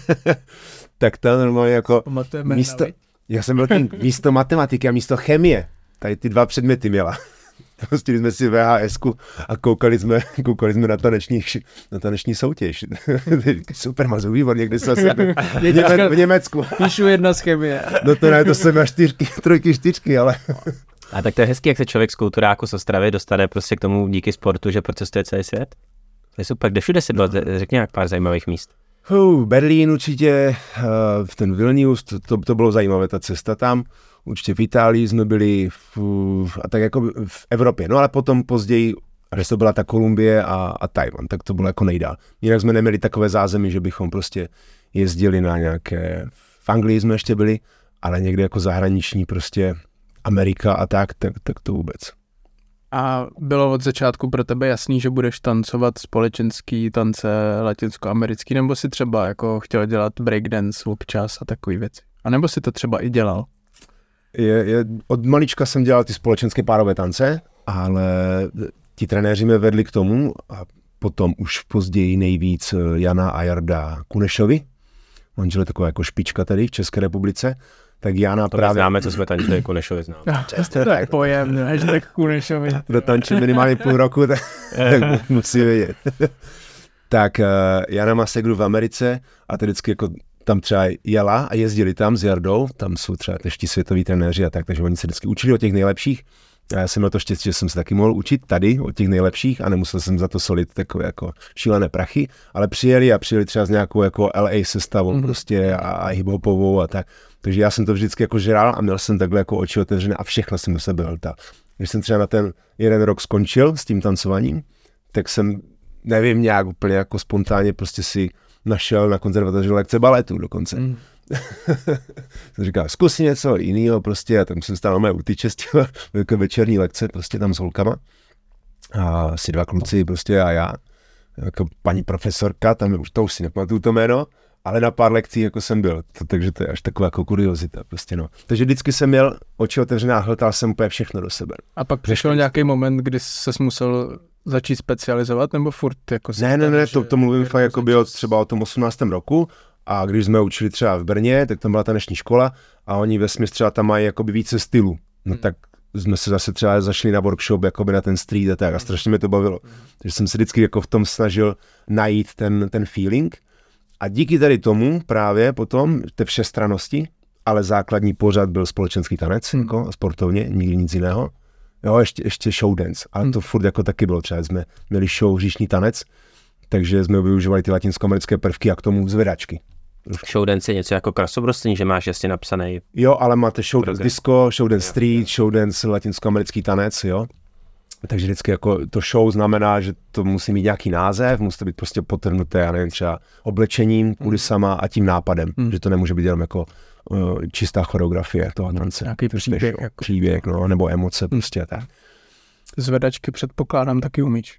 Tak to normálně jako místo, já jsem byl místo matematiky a místo chemie, tady ty 2 předměty měla. Pustili jsme si VHSku a koukali jsme na taneční soutěž. Super, mazu výborně, když jsem v Německu. Píšu 1 z chemie. No to ne, to jsem na 4, 3, 4, ale... A tak to je hezký, jak se člověk z Kulturáku z Ostravy dostane prostě k tomu díky sportu, že procestuje celý svět. To je super. Kde všude jsi byl? Řekni nějak pár zajímavých míst. Berlín určitě, v ten Vilnius, to bylo zajímavé, ta cesta tam. Určitě v Itálii jsme byli a tak jako v Evropě. No ale potom později A že to byla ta Kolumbie a Tajvan, tak to bylo jako nejdál. Jinak jsme neměli takové zázemí, že bychom prostě jezdili na nějaké, v Anglii jsme ještě byli, ale někde jako zahraniční prostě Amerika a tak to vůbec. A bylo od začátku pro tebe jasný, že budeš tancovat společenský tance latinskoamerický, nebo si třeba jako chtěl dělat breakdance občas a takový věci? A nebo si to třeba i dělal? Od malička jsem dělal ty společenské párové tance, ale ti trenéři mě vedli k tomu a potom už později nejvíc Jana a Jarda Kunešovi, manžel taková jako špička tady v České republice, tak Jana to právě... známe, co jsme tančili Kunešovi znám. To je pojem, než tak Kunešovi. Kdo tančil minimálně půl roku, tak musí vědět. Tak Jana má segru v Americe a to vždycky jako tam třeba jela a jezdili tam s Jardou, tam jsou třeba teští světoví trenéři a tak, takže oni se vždycky učili od těch nejlepších. A já jsem měl to štěstí, že jsem se taky mohl učit tady od těch nejlepších a nemusel jsem za to solit takové jako šílené prachy, ale přijeli třeba s nějakou jako LA sestavou prostě a hiphopovou a tak. Takže já jsem to vždycky jako žral a měl jsem takhle jako oči otevřené a všechno jsem do sebe hltal. Když jsem třeba na ten jeden rok skončil s tím tancováním, tak jsem, nevím, nějak úplně jako spontánně prostě si našel na konzervatoři lekce baletu dokonce. Jsem říkal, zkus něco jiného prostě a tam jsem stál na mé útyčesti, jako večerní lekce prostě tam s holkama a asi 2 kluci prostě a já, jako paní profesorka, tam už si nepamatuju to jméno, ale na pár lekcí jako jsem byl, takže to je až taková jako kuriozita prostě no. Takže vždycky jsem měl oči otevřené a hltal jsem úplně všechno do sebe. A pak přišel nějaký moment, kdy ses musel začít specializovat, nebo furt jako... Ne, to mluvím fakt jako bylo třeba o tom 18. roku a když jsme učili třeba v Brně, tak tam byla ta dnešní škola a oni vesměs třeba tam mají jakoby více stylu. No tak jsme se zase třeba zašli na workshop jakoby na ten street a tak a strašně mě to bavilo. Takže jsem se vždycky jako v tom snažil najít ten feeling a díky tady tomu právě potom té všestrannosti, ale základní pořad byl společenský tanec, jako sportovně, nikdy nic jiného. Jo, ještě showdance, ale to furt jako taky bylo, třeba jsme měli show říšní tanec, takže jsme využívali ty latinskoamerické prvky a k tomu zvedačky. Showdance je něco jako krasobruslení, že máš jasně napsaný. Jo, ale máte showdance disco, showdance street, showdance latinskoamerický tanec, jo. Takže vždycky jako to show znamená, že to musí mít nějaký název, musí to být prostě potrhnuté, já nevím, třeba oblečením, kulisama a tím nápadem, že to nemůže být jenom jako čistá choreografie toho tance. Nějaký příběh. Jako. Příběh, no, nebo emoce prostě tak. Zvedačky předpokládám taky umíš.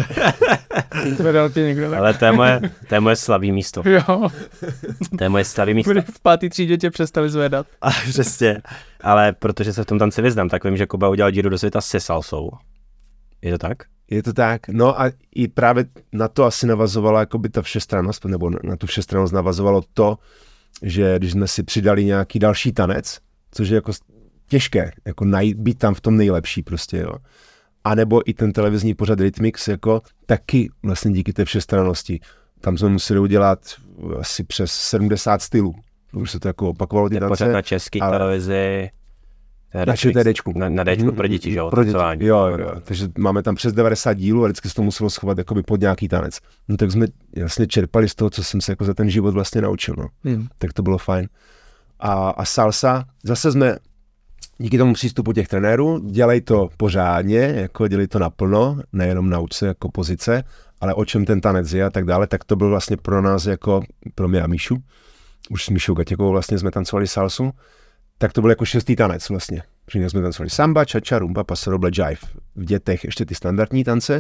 Zvedal tě někdo tak. Ale to je moje slabý místo. Jo. To je moje slabý místo. V 5. třídě tě přestali zvedat. A přesně. Ale protože se v tom tanci vyznám, tak vím, že Kuba udělal díru do světa se salsou. Je to tak? Je to tak. No a i právě na to asi navazovala jakoby ta všestrannost, nebo na tu všestrannost navazovalo to, že když jsme si přidali nějaký další tanec, což je jako těžké, jako být tam v tom nejlepší prostě, jo. A nebo i ten televizní pořad Rytmix, jako taky vlastně díky té všestrannosti. Tam jsme museli udělat asi přes 70 stylů. Už se to jako opakovalo ty tance. Pořád na české televizi. Na ČTDčku. Na Dčku pro děti, že jo? Pro děti. Jo. Takže máme tam přes 90 dílů a vždycky se to muselo schovat jakoby pod nějaký tanec. No tak jsme vlastně čerpali z toho, co jsem se jako za ten život vlastně naučil, no. Tak to bylo fajn. A salsa, zase jsme díky tomu přístupu těch trenérů, dělej to pořádně, jako dělej to naplno, nejenom nauč se jako pozice, ale o čem ten tanec je a tak dále, tak to byl vlastně pro nás jako, pro mě a Míšu, už s Míšou Gatěkovou vlastně jsme tancovali salsu, tak to byl jako 6. tanec vlastně. Předtím jsme tancovali samba, cha-cha, rumba, paso doble, jive. V dětech ještě ty standardní tance,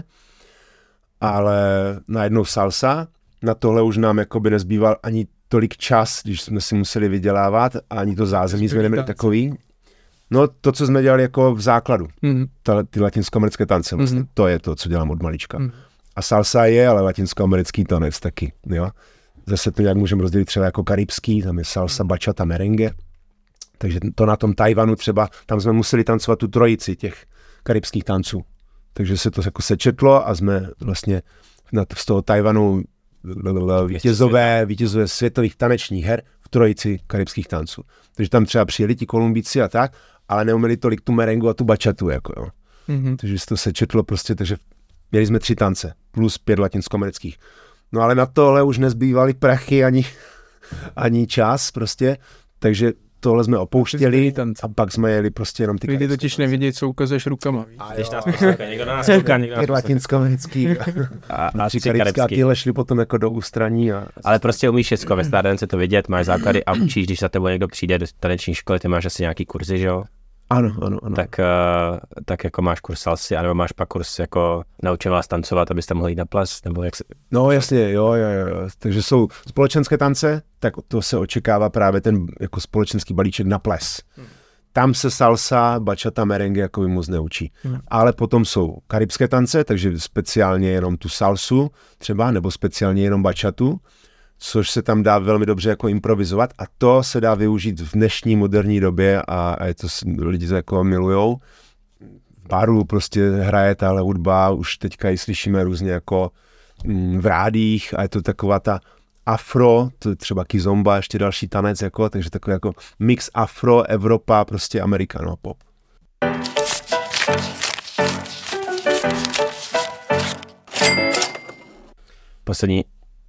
ale najednou salsa, na tohle už nám jakoby nezbýval ani tolik čas, když jsme si museli vydělávat a ani to zázemí jsme neměli takový. No to, co jsme dělali jako v základu, ty latinskoamerické tance vlastně, to je to, co dělám od malička. A salsa je, ale latinskoamerický tanec taky, jo. Zase to nějak můžeme rozdělit třeba jako karibský, tam je salsa, bachata, merengue. Takže to na tom Tajvanu třeba, tam jsme museli tancovat tu trojici těch karibských tanců. Takže se to jako sečetlo a jsme vlastně z toho Tajvanu vítězové světových tanečních her v trojici karibských tanců. Takže tam třeba přijeli ti Kolumbíci a tak, ale neuměli tolik tu merengu a tu bachatu, jako jo. Takže se to sečetlo prostě, takže měli jsme 3 tance, plus 5 latinskoamerických. No ale na tohle už nezbývaly prachy ani čas prostě, takže tohle jsme opouštěli a pak jsme jeli prostě jenom ty Lidi totiž nevidí, co ukazuješ rukama. Když nás poslouchá, někdo na nás kouká, někdo nás latinskoamerický a karibský a tyhle šli potom jako do ústraní. Ale prostě umíš všecko, ve Stardance to vidět, máš základy a učíš, když za tebou někdo přijde do taneční školy, ty máš asi nějaký kurzy, že jo? Ano. Tak jako máš kurz salsy, anebo máš pak kurz jako naučím vás tancovat, abyste mohli jít na ples, nebo jak se... No jasně, jo. Takže jsou společenské tance, tak to se očekává právě ten jako společenský balíček na ples. Tam se salsa, bachata, merengue jako by moc neučí. Ale potom jsou karibské tance, takže speciálně jenom tu salsu třeba, nebo speciálně jenom bachatu, což se tam dá velmi dobře jako improvizovat a to se dá využít v dnešní moderní době a je to, lidi to jako milujou. V baru prostě hraje tahle hudba, už teďka ji slyšíme různě jako v rádích a je to taková ta afro, to je třeba kizomba, ještě další tanec, jako, takže takový jako mix afro, Evropa, prostě Amerika, no, pop. Poslední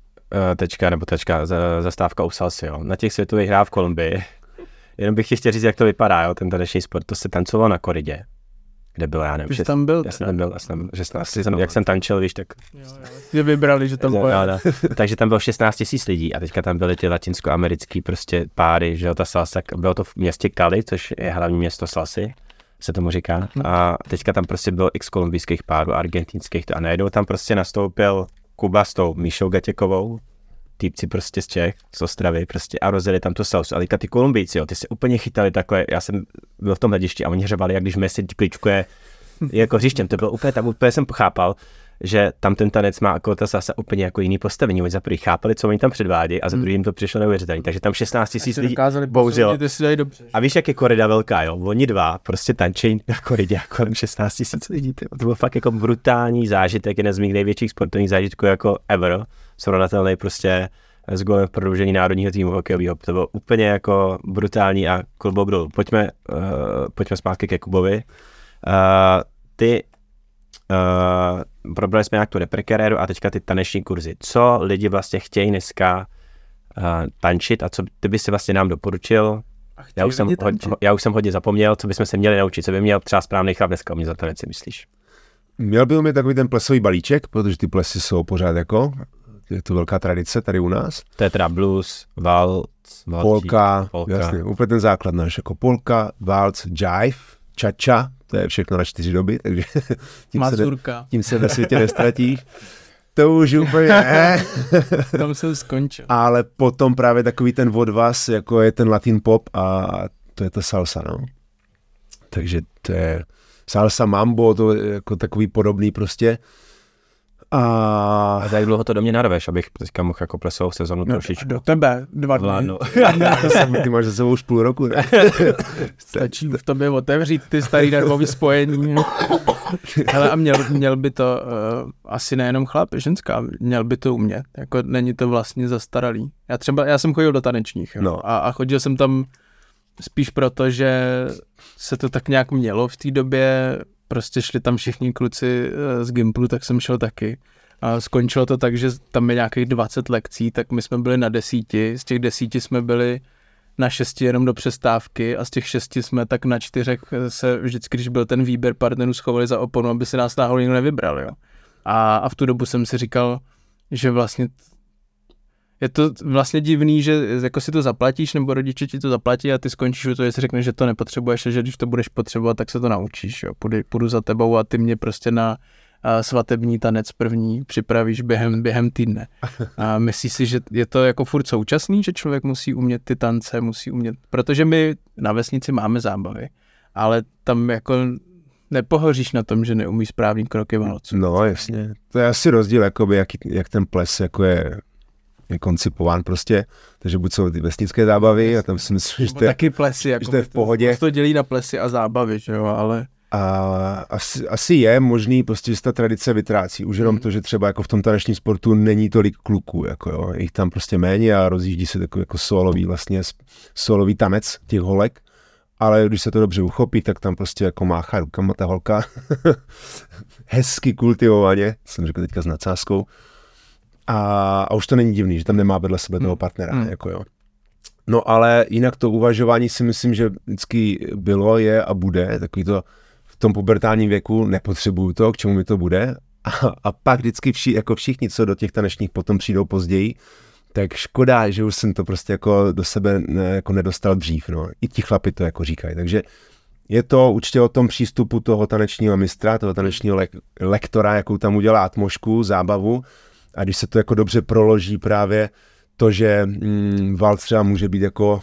zastávka u salsy, jo. Na těch světových hrách v Kolumbii. Jenom bych chtěl říct, jak to vypadá, jo, ten taneční sport. To se tancovalo na koridě, kde byl, já nevím. Jsi tam byl? Já jsem tam byl, jak jsem tančil, víš, tak... Ty vybrali, že tam pojede. Takže tam bylo 16 000 lidí a teďka tam byly ty latinskoamerický prostě páry, že jo, ta salsa, bylo to v městě Cali, což je hlavní město salsy, se tomu říká. A teďka tam prostě bylo x kolumbijských párů, argentinských, a najednou tam prostě nastoupil Kuba s tou Míšou Gatěkovou, týpci prostě z Čech, z Ostravy prostě a rozjeli tam tu salsu. A teďka ty Kolumbijci, jo, ty se úplně chytali takhle, já jsem byl v tom hledišti a oni hřebali, jak když Messi kličkuje jako hřištěm, to bylo úplně tak, úplně jsem pochápal, že tam ten tanec má jako ta salsa úplně jako jiný postavení, oni za první chápali, co oni tam předvádí a za druhým to přišlo neuvěřitelné, takže tam 16 000 lidí bouřilo. A víš, jak je korida velká, jo, oni dva prostě tančí na koridě a kolem 16 000 lidí, to bylo fakt jako brutální zážitek, jeden z mých největších sportovních zážitků jako ever, srovnatelný prostě s golem v prodloužení národního týmu hokejového, to bylo úplně jako brutální a klobouk dolů. Pojďme zpátky ke Kubovi. Probrali jsme nějak tu reperkariéru a teďka ty taneční kurzy. Co lidi vlastně chtějí dneska tančit a co ty by si vlastně nám doporučil? Já už jsem hodně zapomněl, co bychom se měli naučit, co by měl třeba správný chlap dneska umět za tanec, myslíš? Měl by mít takový ten plesový balíček, protože ty plesy jsou pořád jako, je to velká tradice tady u nás. To je teda blues, waltz, polka, jasně, úplně ten základ náš, jako polka, waltz, jive, cha-cha, to je všechno na 4 doby, takže tím se ve světě nestratíš. To už úplně ne. Tam jsem skončil. Ale potom právě takový ten odvaz, jako je ten latin pop a to je to salsa, no. Takže to je salsa, mambo, to je jako takový podobný prostě. A jak dlouho to do mě narveš, abych teďka mohl jako plesovou sezonu trošičku. Do tebe, 2 dny. Ty máš za sebou už půl roku, ne? Stačí v tobě otevřít ty starý nervový spojení. Hele, a měl by to asi nejenom chlap, ženská, měl by to umět. Jako není to vlastně zastaralý. Já jsem chodil do tanečních, jo, no. a chodil jsem tam spíš proto, že se to tak nějak mělo v té době. Prostě šli tam všichni kluci z Gimplu, tak jsem šel taky. A skončilo to tak, že tam je nějakých 20 lekcí, tak my jsme byli na 10. Z těch 10 jsme byli na 6 jenom do přestávky a z těch 6 jsme tak na 4 se vždycky, když byl ten výběr partnerů, schovali za oponu, aby si nás náhodou někdo nevybral. Jo. A v tu dobu jsem si říkal, že vlastně je to vlastně divný, že jako si to zaplatíš, nebo rodiče ti to zaplatí a ty skončíš u toho, že si řekneš, že to nepotřebuješ a že když to budeš potřebovat, tak se to naučíš. Jo. Půjdu za tebou a ty mě prostě na svatební tanec první připravíš během týdne. A myslíš si, že je to jako furt současný, že člověk musí umět ty tance, protože my na vesnici máme zábavy, ale tam jako nepohoříš na tom, že neumíš správný kroky valců. No jasně, to je asi rozdíl, jakoby, jak ten ples jako je koncipován prostě, takže buď jsou ty vesnické zábavy a tam si myslím, že to je, taky plesy, jako to je v pohodě. To dělí na plesy a zábavy, že jo, ale... A asi je možný prostě, že ta tradice vytrácí. Už jenom to, že třeba jako v tom tanečním sportu není tolik kluků, jako jo, jich tam prostě méně a rozjíždí se takový jako solový tanec těch holek, ale když se to dobře uchopí, tak tam prostě jako máchá rukama ta holka, hezky kultivovaně, jsem řekl teďka s nadsázkou. A už to není divný, že tam nemá vedle sebe toho partnera, jako jo. No ale jinak to uvažování si myslím, že vždycky bylo, je a bude. Takový to v tom pubertálním věku nepotřebuju to, k čemu mi to bude. A pak vždycky všichni, co do těch tanečních potom přijdou později, tak škoda, že už jsem to prostě jako do sebe jako nedostal dřív. No. I ti chlapi to jako říkají. Takže je to určitě o tom přístupu toho tanečního mistra, toho tanečního lektora, jakou tam udělá atmosféru, zábavu. A když se to jako dobře proloží právě to, že valc třeba může být jako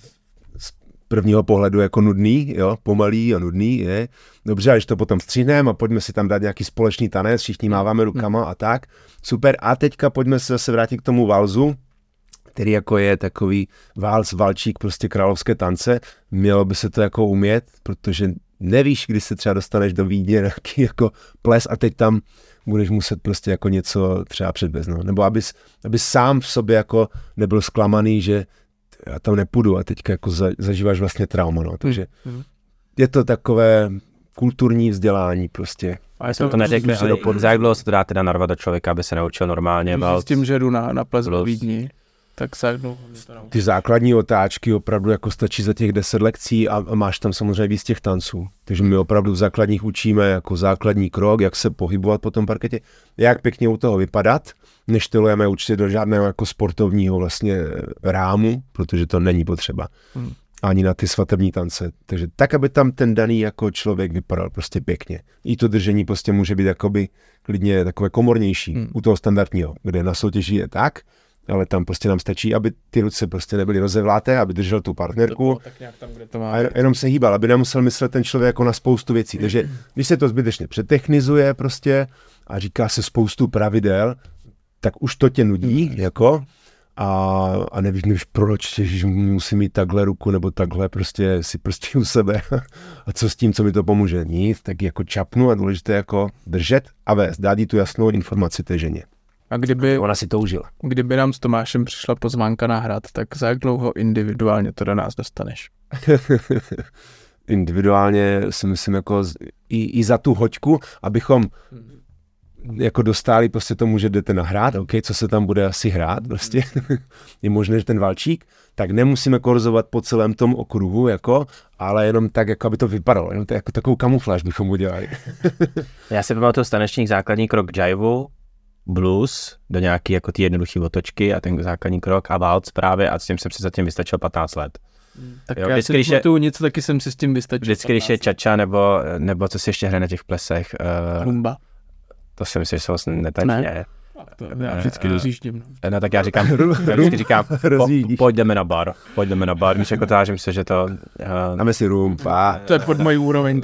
z prvního pohledu jako nudný, jo, pomalý a nudný, je. Dobře, a když to potom stříhneme a pojďme si tam dát nějaký společný tanec, všichni máváme rukama a tak, super. A teďka pojďme se zase vrátit k tomu valzu, který jako je takový valčík, prostě královské tance. Mělo by se to jako umět, protože nevíš, kdy se třeba dostaneš do Vídně nějaký jako ples a teď tam budeš muset prostě jako něco třeba předvést, no. Nebo abys sám v sobě jako nebyl zklamaný, že já tam nepůjdu a teďka jako zažíváš vlastně trauma, no. Takže je to takové kulturní vzdělání prostě. A já jsem to neřekl, ale za jak dlouho se to dá teda narvat do člověka, aby se naučil normálně valc? S tím, že jdu na ples v Vídni, tak se ty základní otáčky opravdu jako stačí za těch 10 lekcí a máš tam samozřejmě víc těch tanců. Takže my opravdu v základních učíme jako základní krok, jak se pohybovat po tom parketě, jak pěkně u toho vypadat, neštylujeme určitě do žádného jako sportovního vlastně rámu, protože to není potřeba. Ani na ty svatební tance. Takže tak, aby tam ten daný jako člověk vypadal prostě pěkně. I to držení prostě může být jakoby klidně takové komornější u toho standardního, kde na soutěži je tak, ale tam prostě nám stačí, aby ty ruce prostě nebyly rozevláté, aby držel tu partnerku a jenom se hýbal, aby nemusel myslet ten člověk jako na spoustu věcí. Takže když se to zbytečně přetechnizuje prostě a říká se spoustu pravidel, tak už to tě nudí, jako a nevíš proč, že musím mít takhle ruku nebo takhle prostě si prsty u sebe a co s tím, co mi to pomůže. Nic, tak jako čapnu a důležité jako držet a vést, dát jí tu jasnou informaci té ženě. A kdyby, ona si to užila. Kdyby nám s Tomášem přišla pozvánka na hrad, tak za jak dlouho individuálně to do nás dostaneš? Individuálně si myslím jako i za tu hoďku, abychom jako dostali prostě tomu, že jdete nahrát, OK, co se tam bude asi hrát, prostě je možné, že ten valčík, tak nemusíme korzovat po celém tom okruhu, jako, ale jenom tak, jako aby to vypadalo, jenom jako takovou kamufláž bychom udělali. Já si pamatuju tanečník základní krok jive, blues, do nějaký jako ty jednoduchý otočky a ten základní krok a waltz právě a s tím jsem si zatím vystačil 15 let. Tak jo, já si pamatuju něco, taky jsem si s tím vystačil. Vždycky, když je čača nebo co se ještě hraje na těch plesech. Rumba. To si myslím, že se vlastně netačí. Ne. Já vždycky rozjíždím. No tak já říkám, pojďme na bar, když jako tážím se, že to... Dáme si rumba. To je pod mojí úroveň.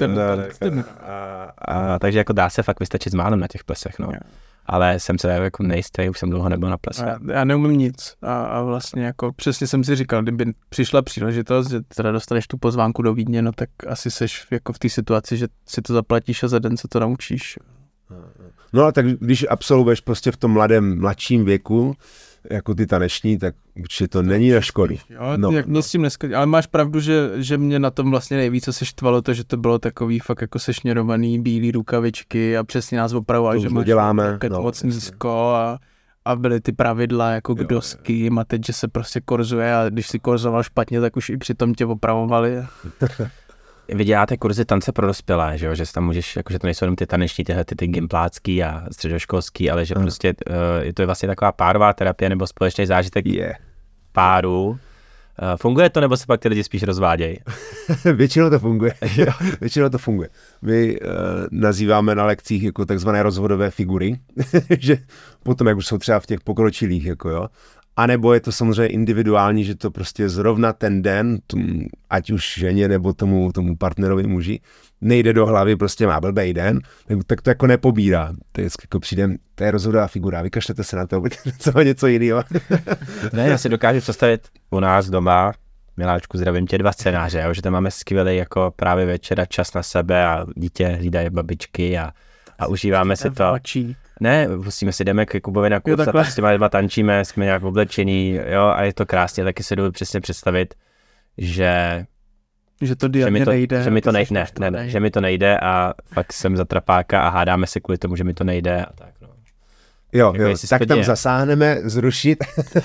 Takže jako dá se fakt vystačit s málem na těch plesech, no. Ale jsem se jako nejistý, už jsem dlouho nebyl na plese. Já neumím nic a vlastně jako přesně jsem si říkal, kdyby přišla příležitost, že teda dostaneš tu pozvánku do Vídně, no tak asi seš jako v té situaci, že si to zaplatíš a za den se to naučíš. No a tak když absolvuješ prostě v tom mladším věku, jako ty taneční, tak určitě to není na škodu. Jo, no, mě s tím neskodí, ale máš pravdu, že mě na tom vlastně nejvíc se štvalo to, že to bylo takový fakt jako sešněrovaný bílý rukavičky a přesně nás opravovali, že máš moc nízko a byly ty pravidla jako kdo s kým a teď, že se prostě korzuje a když si korzoval špatně, tak už i přitom tě opravovali. Vy děláte kurzy tance pro dospělé, že jo? Že tam můžeš, jakože to nejsou jenom ty taneční, ty gimplácký a středoškolský, ale že prostě je to vlastně taková párová terapie nebo společný zážitek párů. Funguje to, nebo se pak ty lidi spíš rozvádějí? Většinou to funguje. My nazýváme na lekcích jako takzvané rozvodové figury, že potom, jak už jsou třeba v těch pokročilých, jako jo, a nebo je to samozřejmě individuální, že to prostě zrovna ten den, ať už ženě nebo tomu partnerovi muži, nejde do hlavy, prostě má blbej den, tak to jako nepobírá. To je jako přijde, to je rozhodová figura, vykašlete se na to, něco jiného. Ne, já si dokážu představit u nás doma, Miláčku, zdravím tě, 2 scénáře, jo, že tam máme skvělý jako právě večer a čas na sebe a dítě hlídají babičky a užíváme si to. Ne, pustíme si, jdeme k Kubovi na kurz a s těma tančíme, jsme nějak oblečený, jo, a je to krásně, taky si jdu přesně představit, že to nejde. Že mi to nejde a fakt jsem za trapáka a hádáme se kvůli tomu, že mi to nejde a tak, no. Jo, Jako jestli se tak to tam děje. zasáhneme, zrušit.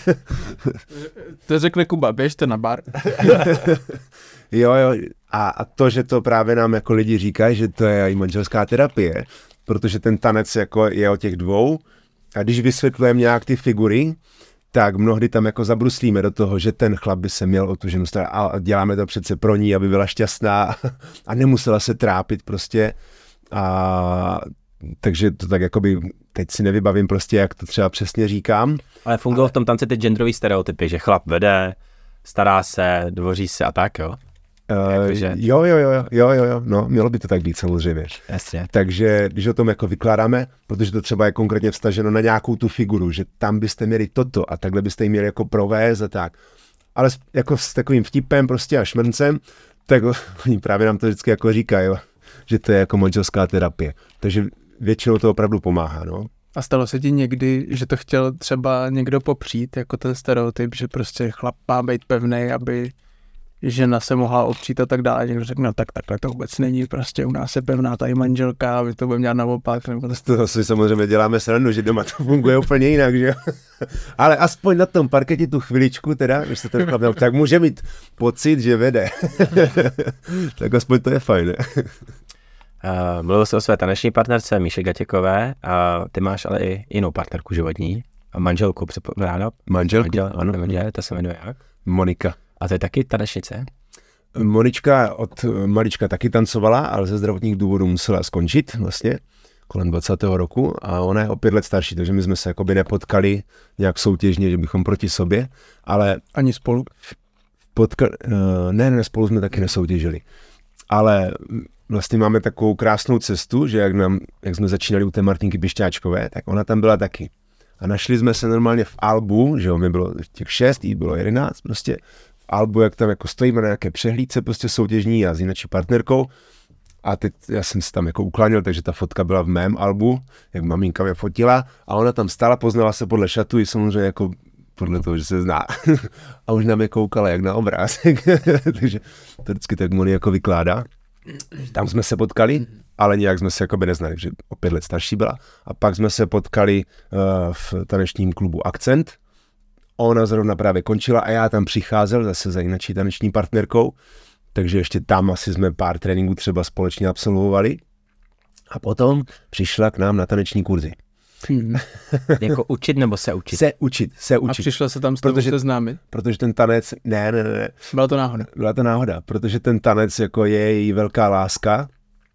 To řekne Kuba, běžte na bar. Jo, a to, že to právě nám jako lidi říkají, že to je i manželská terapie, protože ten tanec jako je o těch dvou a když vysvětlujeme nějak ty figury, tak mnohdy tam jako zabruslíme do toho, že ten chlap by se měl o tu ženu starat a děláme to přece pro ní, aby byla šťastná a nemusela se trápit prostě. A takže to tak jakoby, teď si nevybavím prostě, jak to třeba přesně říkám. Ale fungují v tom tanci ty genderový stereotypy, že chlap vede, stará se, dvoří se a tak, jo? Jakože... Jo, no, mělo by to tak být samozřejmě. Jasně. Takže když o tom jako vykládáme, protože to třeba je konkrétně vstaženo na nějakou tu figuru, že tam byste měli toto a takhle byste ji měli jako provést a tak. Ale jako s takovým vtipem prostě a šmrncem, tak oni právě nám to vždycky jako říkají, že to je jako manželská terapie. Takže většinou to opravdu pomáhá, no. A stalo se ti někdy, že to chtěl třeba někdo popřít, jako ten stereotyp, že prostě chlap má být pevnej, aby žena se mohla opřít a tak dále. Někdo řekl, no tak takhle to vůbec není, prostě u nás je pevná tady manželka, aby to bude měla naopak. Nebo to si samozřejmě děláme srandu, že doma to funguje úplně jinak, že jo. Ale aspoň na tom parketi tu chviličku teda, když se ten chlap měl, tak může mít pocit, že vede. Tak aspoň to je fajn, ne? Mluvil jsi o své taneční partnerce Míše Gatěkové a ty máš ale i jinou partnerku životní a manželku, předpokládám. Manželku, ano. Ta se jmenuje jak? Monika. A to je taky tanečnice? Monička od malička taky tancovala, ale ze zdravotních důvodů musela skončit vlastně kolem 20. roku a ona je o 5 let starší, takže my jsme se jakoby nepotkali nějak soutěžně, že bychom proti sobě, ale... Ani spolu? Ne, spolu jsme taky nesoutěžili. Ale vlastně máme takovou krásnou cestu, že jak jsme začínali u té Martinky Pišťáčkové, tak ona tam byla taky. A našli jsme se normálně v albu, že jo, mi bylo těch 6, jí bylo 11 prostě, v albu, jak tam jako stojíme na nějaké přehlídce prostě soutěžní a s jinou partnerkou. A teď já jsem se tam jako ukláněl, takže ta fotka byla v mém albu, jak maminka mě fotila a ona tam stála, poznala se podle šatu i samozřejmě jako podle toho, že se zná. A už nám je koukala jak na obrázek, takže to vždycky tak Moni jako vykládá. Tam jsme se potkali, ale nějak jsme se jakoby neznali, že o 5 let starší byla. A pak jsme se potkali v tanečním klubu Akcent. Ona zrovna právě končila a já tam přicházel zase za jinou taneční partnerkou. Takže ještě tam asi jsme pár tréninků třeba společně absolvovali. A potom přišla k nám na taneční kurzy. Jako učit nebo se učit? Se učit. A přišla se tam s tebou seznámit? Protože ten tanec, ne. Byla to náhoda? Byla to náhoda, protože ten tanec jako je její velká láska.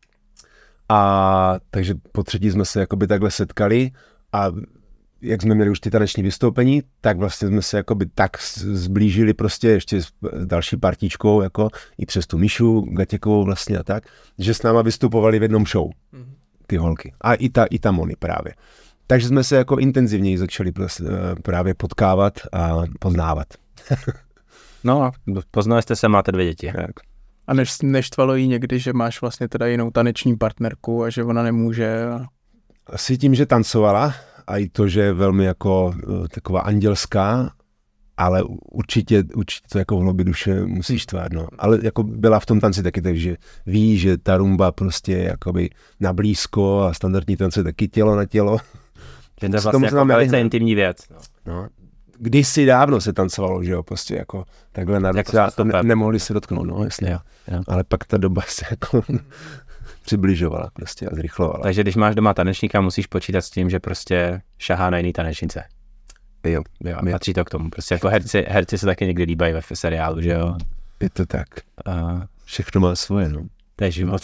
A takže po třetí jsme se jakoby takhle setkali a jak jsme měli už ty taneční vystoupení, tak vlastně jsme se jakoby tak zblížili prostě ještě s další partičkou, jako i přes tu Míšu Gatěkovou vlastně a tak, že s náma vystupovali v jednom show ty holky. A i ta Moni právě. Takže jsme se jako intenzivněji začali právě potkávat a poznávat. No a poznali jste se, máte 2 děti. Tak. A neštvalo jí někdy, že máš vlastně teda jinou taneční partnerku a že ona nemůže? Asi tím, že tancovala a i to, že je velmi jako taková andělská, ale určitě to jako v hloubi duše musí štvát, no. Ale jako byla v tom tanci taky, takže ví, že ta rumba prostě je jakoby na blízko a standardní tance taky tělo na tělo. To je vlastně jako velice intimní věc. No. Kdysi dávno se tancovalo, že jo, prostě jako takhle na jako nemohli se dotknout, no jasně. Jo. Ale pak ta doba se jako přibližovala prostě a zrychlovala. Takže když máš doma tanečníka, musíš počítat s tím, že prostě šahá na jiný tanečnice. Jo. A patří to k tomu. Prostě jako herci se taky někdy líbají ve seriálu, že jo? Je to tak. Všechno má svoje, no. To je život.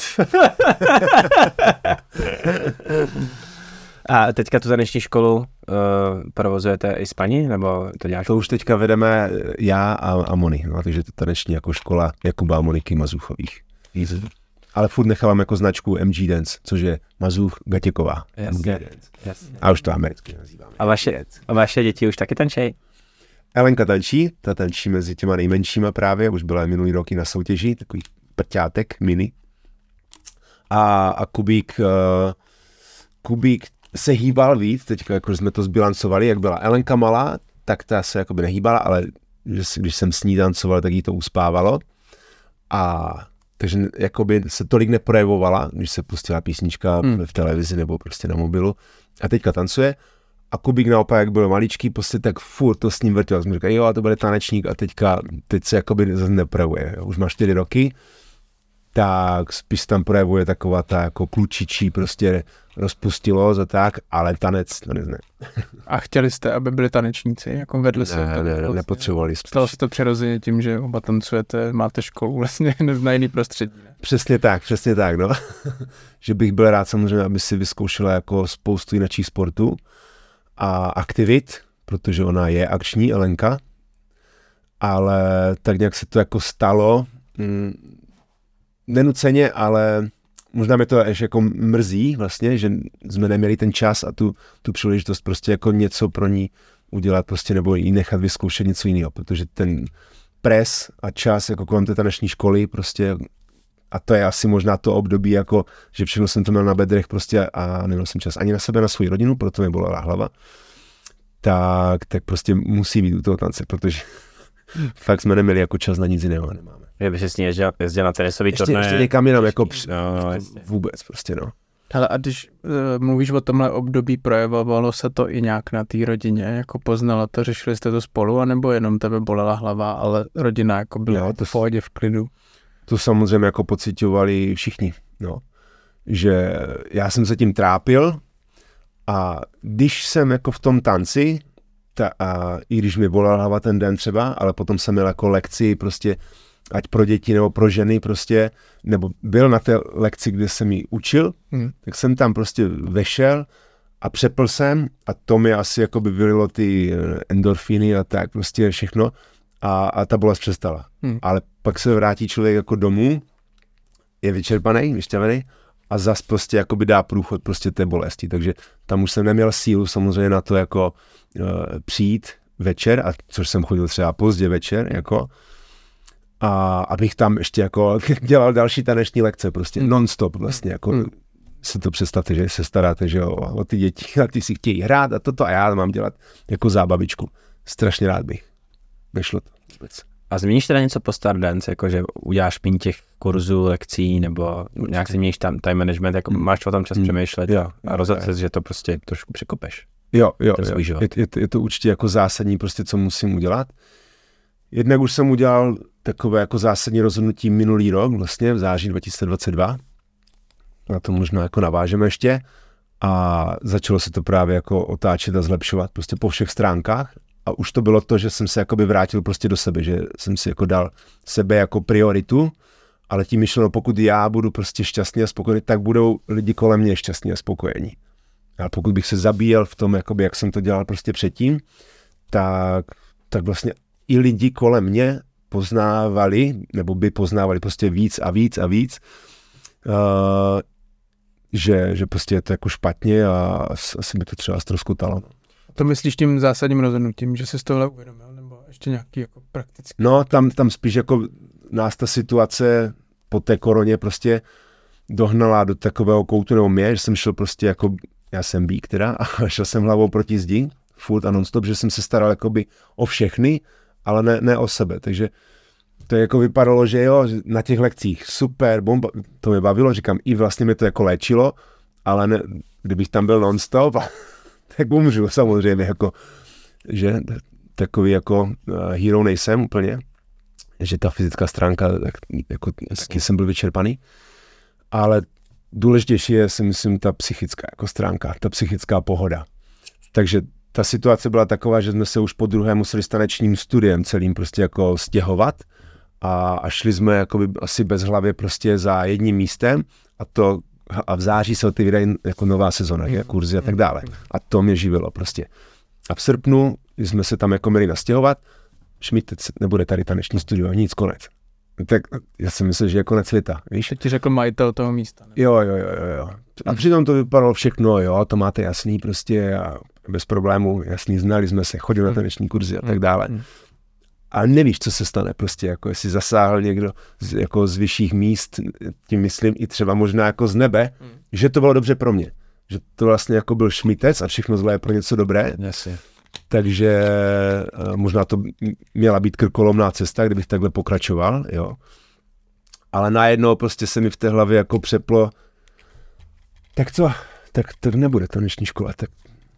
A teďka tu taneční školu provozujete i s paní, nebo to děláš? To už teďka vedeme já a Moni, no, takže to taneční jako škola Jakuba a Moniky Mazuchových. Ale furt nechávám jako značku MG Dance, což je Mazuch Gatěková. Yes. A už to americky nazýváme. A vaše děti už taky tančí? Elenka tančí, ta tančí mezi těma nejmenšíma právě, už byla minulý roky na soutěži, takový prťátek, mini. A Kubík se hýbal víc, teďka jako jsme to zbilancovali, jak byla Elenka malá, tak ta se jakoby nehýbala, ale když jsem s ní tancoval, tak jí to uspávalo. A takže jakoby se tolik neprojevovala, když se pustila písnička v televizi nebo prostě na mobilu. A teďka tancuje. A Kubík naopak, jak byl maličký, prostě tak furt to s ním vrtěl. Jsem říkal, jo, a to bude tanečník a teď se jakoby neprojevuje. Už má 4 roky, tak spíš tam projevuje taková ta jako klučičí prostě rozpustilost a tak, ale tanec, to nezne. A chtěli jste, aby byli tanečníci, jako vedli se? Ne, nepotřebovali. Stalo se to přirozeně tím, že oba tancujete, máte školu vlastně na jiný prostředí. Ne? Přesně tak, no. Že bych byl rád samozřejmě, aby si vyzkoušela jako spoustu jiných sportů a aktivit, protože ona je akční, Elenka, ale tak nějak se to jako stalo, nenuceně, ale možná mě to ještě jako mrzí vlastně, že jsme neměli ten čas a tu příležitost prostě jako něco pro ní udělat prostě nebo jí nechat vyzkoušet něco jiného, protože ten pres a čas jako kolem té taneční školy prostě a to je asi možná to období jako, že všechno jsem to měl na bedrech prostě a neměl jsem čas ani na sebe, na svou rodinu, proto mi bolela hlava, tak prostě musí být u toho tance, protože fakt jsme neměli jako čas na nic jiného, nemáme. Je by se s ní jezdil na tenisový turné. Ještě někam jinam, jako vůbec prostě, no. Hele, a když mluvíš o tomhle období, projevovalo se to i nějak na té rodině, jako poznala to, řešili jste to spolu, anebo jenom tebe bolela hlava, ale rodina jako byla v pohodě, v klidu? To samozřejmě jako pociťovali všichni, no. Že já jsem se tím trápil a když jsem jako v tom tanci, a i když mi bolela hlava ten den třeba, ale potom jsem měl jako lekci prostě, ať pro děti nebo pro ženy prostě, nebo byl na té lekci, kde jsem ji učil, tak jsem tam prostě vešel a přepl jsem a to mi asi jako by vylilo ty endorfiny a tak prostě všechno a ta bolest přestala. Ale pak se vrátí člověk jako domů, je vyčerpaný, vyšťavený a zas prostě jako by dá průchod prostě té bolesti, takže tam už jsem neměl sílu samozřejmě na to jako přijít večer, a což jsem chodil třeba pozdě večer, jako a abych tam ještě jako dělal další taneční lekce, prostě non-stop vlastně, jako si to představte, že se staráte, že jo, o ty děti a ty si chtějí hrát a toto a já mám dělat jako zábavičku. Strašně rád bych. Nešlo to vůbec. A změníš teda něco po Stardance, jako že uděláš méně těch kurzů, lekcí, nebo nějak změníš tam time management, jako máš o tom čas přemýšlet a rozhodl se, že to prostě trošku překopeš. Jo. Je to určitě jako zásadní prostě, co musím udělat. Jednak už jsem udělal takové jako zásadní rozhodnutí minulý rok, vlastně v září 2022. Na to možná jako navážeme ještě. A začalo se to právě jako otáčet a zlepšovat prostě po všech stránkách. A už to bylo to, že jsem se jakoby vrátil prostě do sebe, že jsem si jako dal sebe jako prioritu, ale tím myšleno, pokud já budu prostě šťastný a spokojený, tak budou lidi kolem mě šťastní a spokojení. A pokud bych se zabíjel v tom, jakoby, jak jsem to dělal prostě předtím, tak vlastně i lidi kolem mě poznávali, nebo by poznávali prostě víc a víc, že prostě je to jako špatně a asi by to třeba ztroskotalo. To myslíš tím zásadním rozhodnutím, že jsi z tohle uvědomil, nebo ještě nějaký jako praktický? No, tam spíš jako nás ta situace po té koroně prostě dohnala do takového koutu nebo mě, že jsem šel prostě jako, já jsem bík teda, a šel jsem hlavou proti zdi, furt a non-stop, že jsem se staral jakoby o všechny, ale ne o sebe, takže to jako vypadalo, že jo, na těch lekcích super, bomba, to mě bavilo, říkám, i vlastně mě to jako léčilo, ale ne, kdybych tam byl non-stop, tak umřu samozřejmě, jako, že takový jako hero nejsem úplně, že ta fyzická stránka, tak jako jsem byl vyčerpaný, ale důležitější je, si myslím, ta psychická jako stránka, ta psychická pohoda. Takže ta situace byla taková, že jsme se už po druhé museli s tanečním studiem celým prostě jako stěhovat a šli jsme jakoby asi bez hlavě prostě za jedním místem a v září se otevírají jako nová sezona, kurzy a tak dále. A to mě živilo prostě. A v srpnu jsme se tam jako měli nastěhovat, Šmíd, nebude tady taneční studio, nic, konec. Tak já si myslím, že je konec světa, víš? Teď ti řekl majitel toho místa. Ne? Jo. A přitom to vypadalo všechno, jo, to máte jasný prostě a bez problémů, jasný, znali jsme se, chodili na taneční kurzy a tak dále. A nevíš, co se stane prostě, jako jestli zasáhl někdo jako z vyšších míst, tím myslím i třeba možná jako z nebe, že to bylo dobře pro mě. Že to vlastně jako byl šmítec a všechno zlé je pro něco dobré. Jasně. Takže možná to měla být krkolomná cesta, kdybych takhle pokračoval, jo. Ale najednou prostě se mi v té hlavě jako přeplo, tak co, tak nebude taneční škola, tak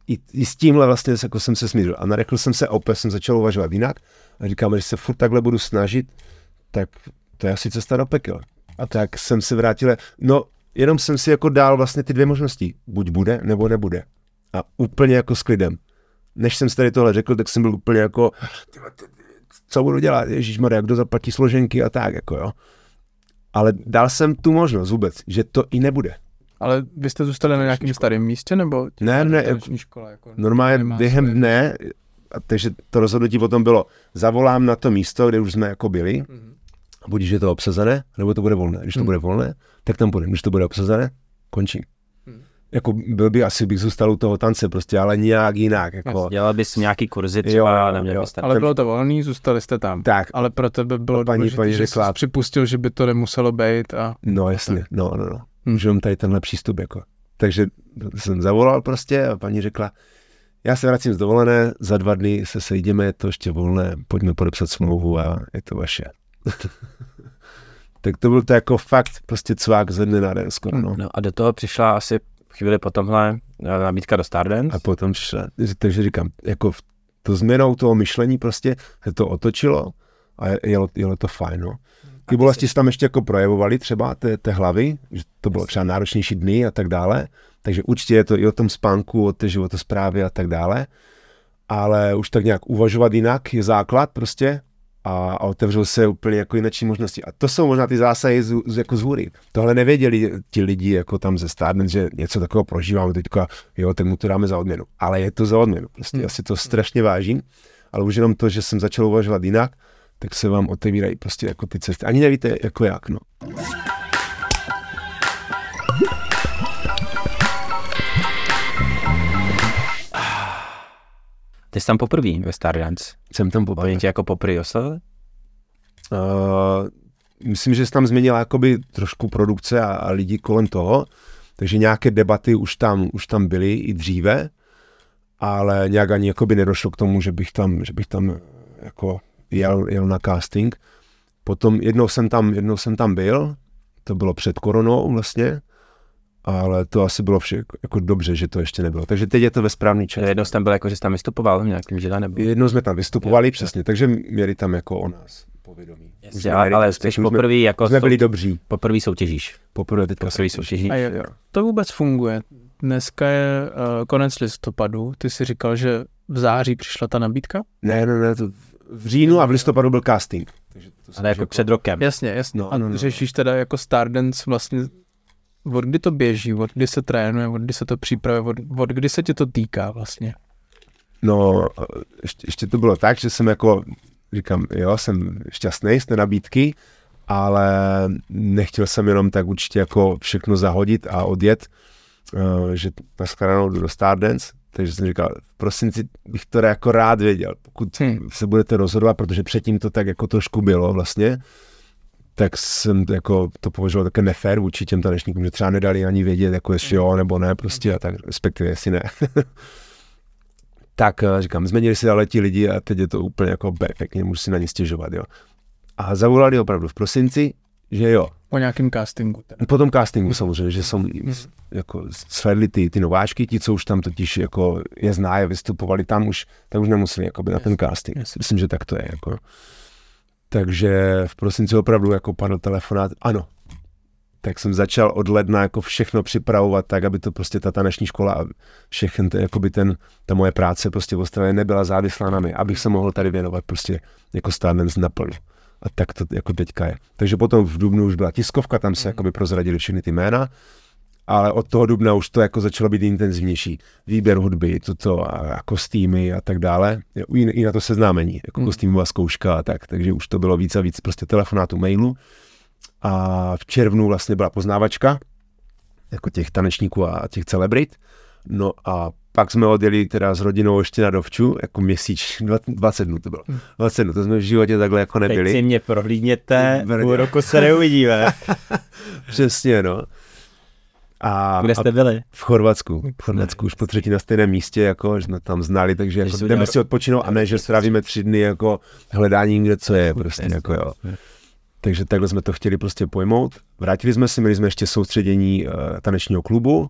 i s tímhle vlastně jako jsem se smířil. A narekl jsem se, opět jsem začal uvažovat jinak a říkám, že se furt takhle budu snažit, tak to je asi cesta do pekel. A tak jsem se vrátil, no jenom jsem si jako dal vlastně ty dvě možnosti, buď bude, nebo nebude. A úplně jako s klidem. Než jsem si tady tohle řekl, tak jsem byl úplně jako, co budu dělat, ježišmarja, kdo zaplatí složenky a tak, jako jo. Ale dal jsem tu možnost vůbec, že to i nebude. Ale vy jste zůstali na nějakém starém místě, nebo? Ne, škola, jako normálně během dne, takže to rozhodnutí potom bylo, zavolám na to místo, kde už jsme jako byli, buď, že je to obsazené, nebo to bude volné. Když to bude volné, tak tam půjdem. Když to bude obsazené, končím. Jako asi bych zůstal u toho tance prostě, ale nějak jinak. Jako. Dělal bys nějaký kurzy třeba, neměl bys tam. Ale bylo to volný, zůstali jste tam. Tak. Ale pro tebe bylo důležité, že jsi připustil, že by to nemuselo být. A... No jasně, no. Že mám tady tenhle přístup jako. Takže jsem zavolal prostě a paní řekla, já se vracím z dovolené, za 2 dny se sejdeme, je to ještě volné, pojďme podepsat smlouvu a je to vaše. Tak to byl to jako fakt prostě cvák ze dne na den skoro. No a do toho přišla asi chvíli po tomhle nabídka do Stardance. A potom přišla, takže říkám, jako to změnou toho myšlení prostě se to otočilo a jelo to fajn, no. Ty bolesti se tam ještě jako projevovaly třeba té hlavy, že to bylo třeba náročnější dny a tak dále, takže určitě je to i o tom spánku, o té životosprávě a tak dále, ale už tak nějak uvažovat jinak je základ prostě a otevřou se úplně jako jináčí možnosti. A to jsou možná ty zásahy jako z hůry. Tohle nevěděli ti lidi jako tam ze Stardance, že něco takového prožíváme teďka, jo, tak mu to dáme za odměnu. Ale je to za odměnu, prostě já si to strašně vážím, ale už jenom to, že jsem začal uvažovat jinak, tak se vám otevírají prostě jako ty cesty. Ani nevíte jako jak, no. Ty jsi tam poprvý ve Stardance? Jsem tam poprvé. Oni tě jako poprvé oslavili? Myslím, že se tam změnila jakoby trošku produkce a lidi kolem toho, takže nějaké debaty už tam byly i dříve, ale nějak ani jakoby nedošlo k tomu, že bych tam jako jel na casting. Potom jednou jsem tam byl, to bylo před koronou vlastně, ale to asi bylo jako dobře, že to ještě nebylo. Takže teď je to ve správný čas. Jednou jsem byl jako, že jsi tam vystupoval v nějakém žile, nebo? Jednou jsme tam vystupovali, přesně, takže měli tam jako o nás povědomí. Jasně, ale jsi poprvé jako... Jsme byli dobří. Poprvé soutěžíš. Poprvé soutěžíš. A jak to vůbec funguje? Dneska je konec listopadu, ty jsi říkal, že v září přišla ta nabídka? Ne, to v říjnu a v listopadu byl casting. Takže to ale jako před rokem. Jasně. No, a řešíš teda jako Stardance vlastně, od kdy to běží, od kdy se trénuje, od kdy se to připravuje, od kdy se tě to týká vlastně? No, ještě to bylo tak, že jsem jako, říkám, jo, jsem šťastný z té nabídky, ale nechtěl jsem jenom tak určitě jako všechno zahodit a odjet, že naschledanou jdu do Stardance. Takže jsem říkal, v prosinci bych to jako rád věděl, pokud se budete rozhodovat, protože předtím to tak jako trošku bylo vlastně, tak jsem jako to považoval také nefér vůči těm tanečníkům, že třeba nedali ani vědět, jako jestli jo nebo ne prostě a tak, respektive jestli ne. Tak říkám, změnili si ale ti lidi a teď je to úplně jako perfektně, můžu si na ně stěžovat, jo. A zavolali opravdu v prosinci, že jo. Po nějakém castingu. Teda. Po tom castingu samozřejmě, že jsou jako svedli ty nováčky, ti, co už tam totiž jako je znají a vystupovali tam už, tak už nemuseli jakoby na ten casting. Myslím, že tak to je. Jako. Takže v prosinci opravdu jako padl telefonát, ano. Tak jsem začal od ledna jako všechno připravovat tak, aby to prostě ta taneční škola a všechny ta moje práce prostě v Ostravě nebyla závislá na mě, abych se mohl tady věnovat prostě jako Stardance naplno. A tak to jako teďka je. Takže potom v dubnu už byla tiskovka, tam se jakoby prozradili všechny ty jména, ale od toho dubna už to jako začalo být intenzivnější. Výběr hudby, a kostýmy a tak dále. I na to seznámení, jako kostýmová zkouška a tak. Takže už to bylo víc a víc prostě telefonátů, mailu. A v červnu vlastně byla poznávačka jako těch tanečníků a těch celebrit. No a pak jsme odjeli teda s rodinou ještě na Dovču, jako měsíc, 20 dnů to bylo. 20 dnů, to jsme v životě takhle jako nebyli. Teď si mě prohlídněte, půl roku se neuvidíme. Přesně, no. Kde jste byli? V Chorvatsku. Už po 3. na stejném místě, jako, že jsme tam znali, takže jako jdeme si odpočinout a ne, že strávíme 3 dny jako hledáním, kde co je, prostě jako jo. Takže takhle jsme to chtěli prostě pojmout. Vrátili jsme si, měli jsme ještě soustředění tanečního klubu,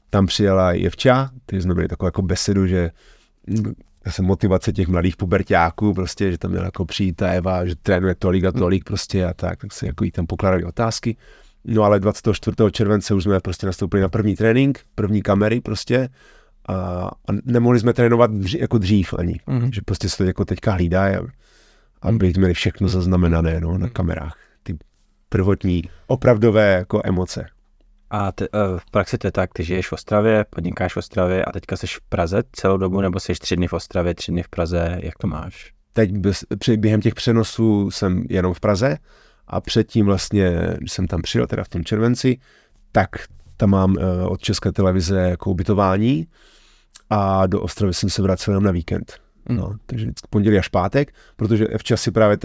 tam přijela Jevča, takže jsme byli takovou jako besedu, že zase motivace těch mladých puberťáků, prostě, že tam měla jako přijít ta Eva, že trénuje tolik a tolik prostě a tak se jako jí tam pokládali otázky. No ale 24. července už jsme prostě nastoupili na první trénink, první kamery prostě a nemohli jsme trénovat jako dřív ani, že prostě se to jako teďka hlídá a byli měli všechno zaznamenané na kamerách, ty prvotní opravdové jako emoce. A v praxi to je tak, ty žiješ v Ostravě, podnikáš v Ostravě a teďka jsi v Praze celou dobu, nebo jsi 3 dny v Ostravě, 3 dny v Praze, jak to máš? Teď během těch přenosů jsem jenom v Praze a předtím vlastně, když jsem tam přijel, teda v tom červenci, tak tam mám od České televize jako ubytování a do Ostravy jsem se vracel jenom na víkend. No, takže pondělí až pátek, protože včas si právě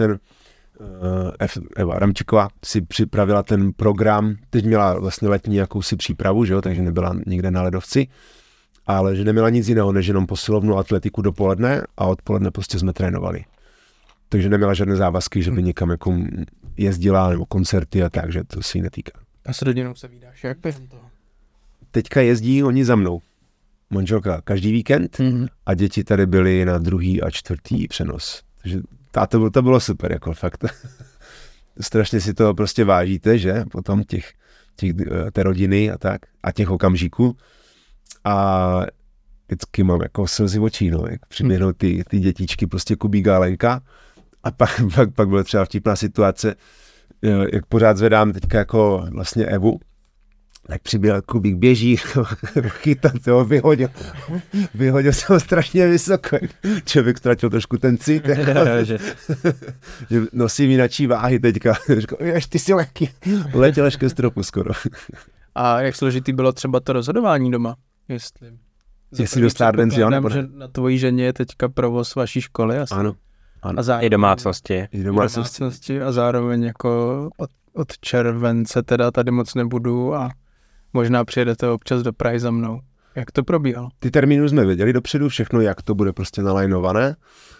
Eva Ramčiková si připravila ten program, teď měla vlastně letní jakousi přípravu, že jo, takže nebyla nikde na ledovci, ale že neměla nic jiného, než jenom posilovnu atletiku dopoledne a odpoledne prostě jsme trénovali. Takže neměla žádné závazky, že by někam jako jezdila nebo koncerty a tak, že to se jí netýká. A s rodinou se vídáš, jak během toho? Teďka jezdí oni za mnou. Manželka každý víkend a děti tady byly na 2. a 4. přenos. Takže to bylo super, jako fakt. Strašně si to prostě vážíte, že? Potom té rodiny a tak a těch okamžiků. A vždycky mám jako slzy očí, no, jak přiběhnou ty dětičky, prostě Kubík a Lenka. A pak byla třeba vtipná situace, jak pořád zvedám teďka jako vlastně Evu, tak přiběhl Kubík, běží, chytat, jo, vyhodil se ho strašně vysoko. Člověk ztratil trošku ten cit, že nosí vinačí váhy teďka. Jež, ty jsi lehký. Letěl až ke stropu skoro. A jak složitý bylo třeba to rozhodování doma? Jestli do Stardance, jo? Nebo že na tvojí ženě je teďka provoz vaší školy. Asi. Ano. A I domácnosti. A zároveň jako od července teda tady moc nebudu a možná přijedete občas do Prahy za mnou. Jak to probíhalo? Ty termíny jsme věděli dopředu, všechno, jak to bude prostě nalajnované.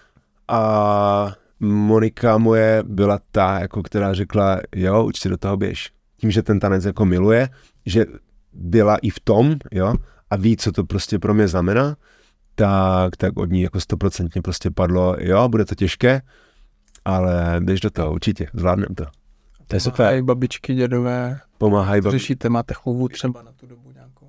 A Monika moje byla ta, jako která řekla, jo, určitě do toho běž. Tím, že ten tanec jako miluje, že byla i v tom, jo, a ví, co to prostě pro mě znamená, tak od ní jako 100% prostě padlo, jo, bude to těžké, ale běž do toho, určitě, zvládnem to. To je super. Pomáhají babičky, dědové, řešíte, máte chovu třeba na tu dobu nějakou?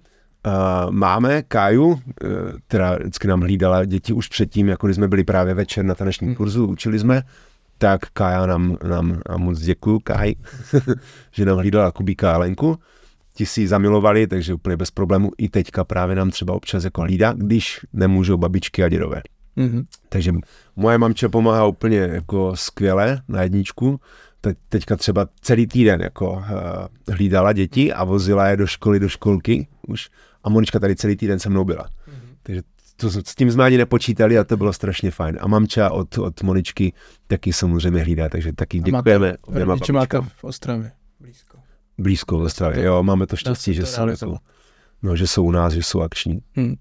Máme Káju, která vždycky nám hlídala děti už předtím, jako když jsme byli právě večer na tanečním kurzu, učili jsme, tak Kája nám a moc děkuju, Káj, že nám hlídala Kubíka a Lenku. Ti si ji zamilovali, takže úplně bez problému. I teďka právě nám třeba občas jako hlídá, když nemůžou babičky a dědové. Takže moje mamče pomáhá úplně jako skvěle na jedničku. Teďka třeba celý týden jako hlídala děti a vozila je do školy, do školky už. A Monička tady celý týden se mnou byla. Takže s tím jsme ani nepočítali a to bylo strašně fajn. A mamča od Moničky taky samozřejmě hlídá, takže taky děkujeme. Rodiče máte v Ostravě blízko v Ostravě, jo, máme to štěstí, že jsou, jako, no, že jsou u nás, že jsou akční.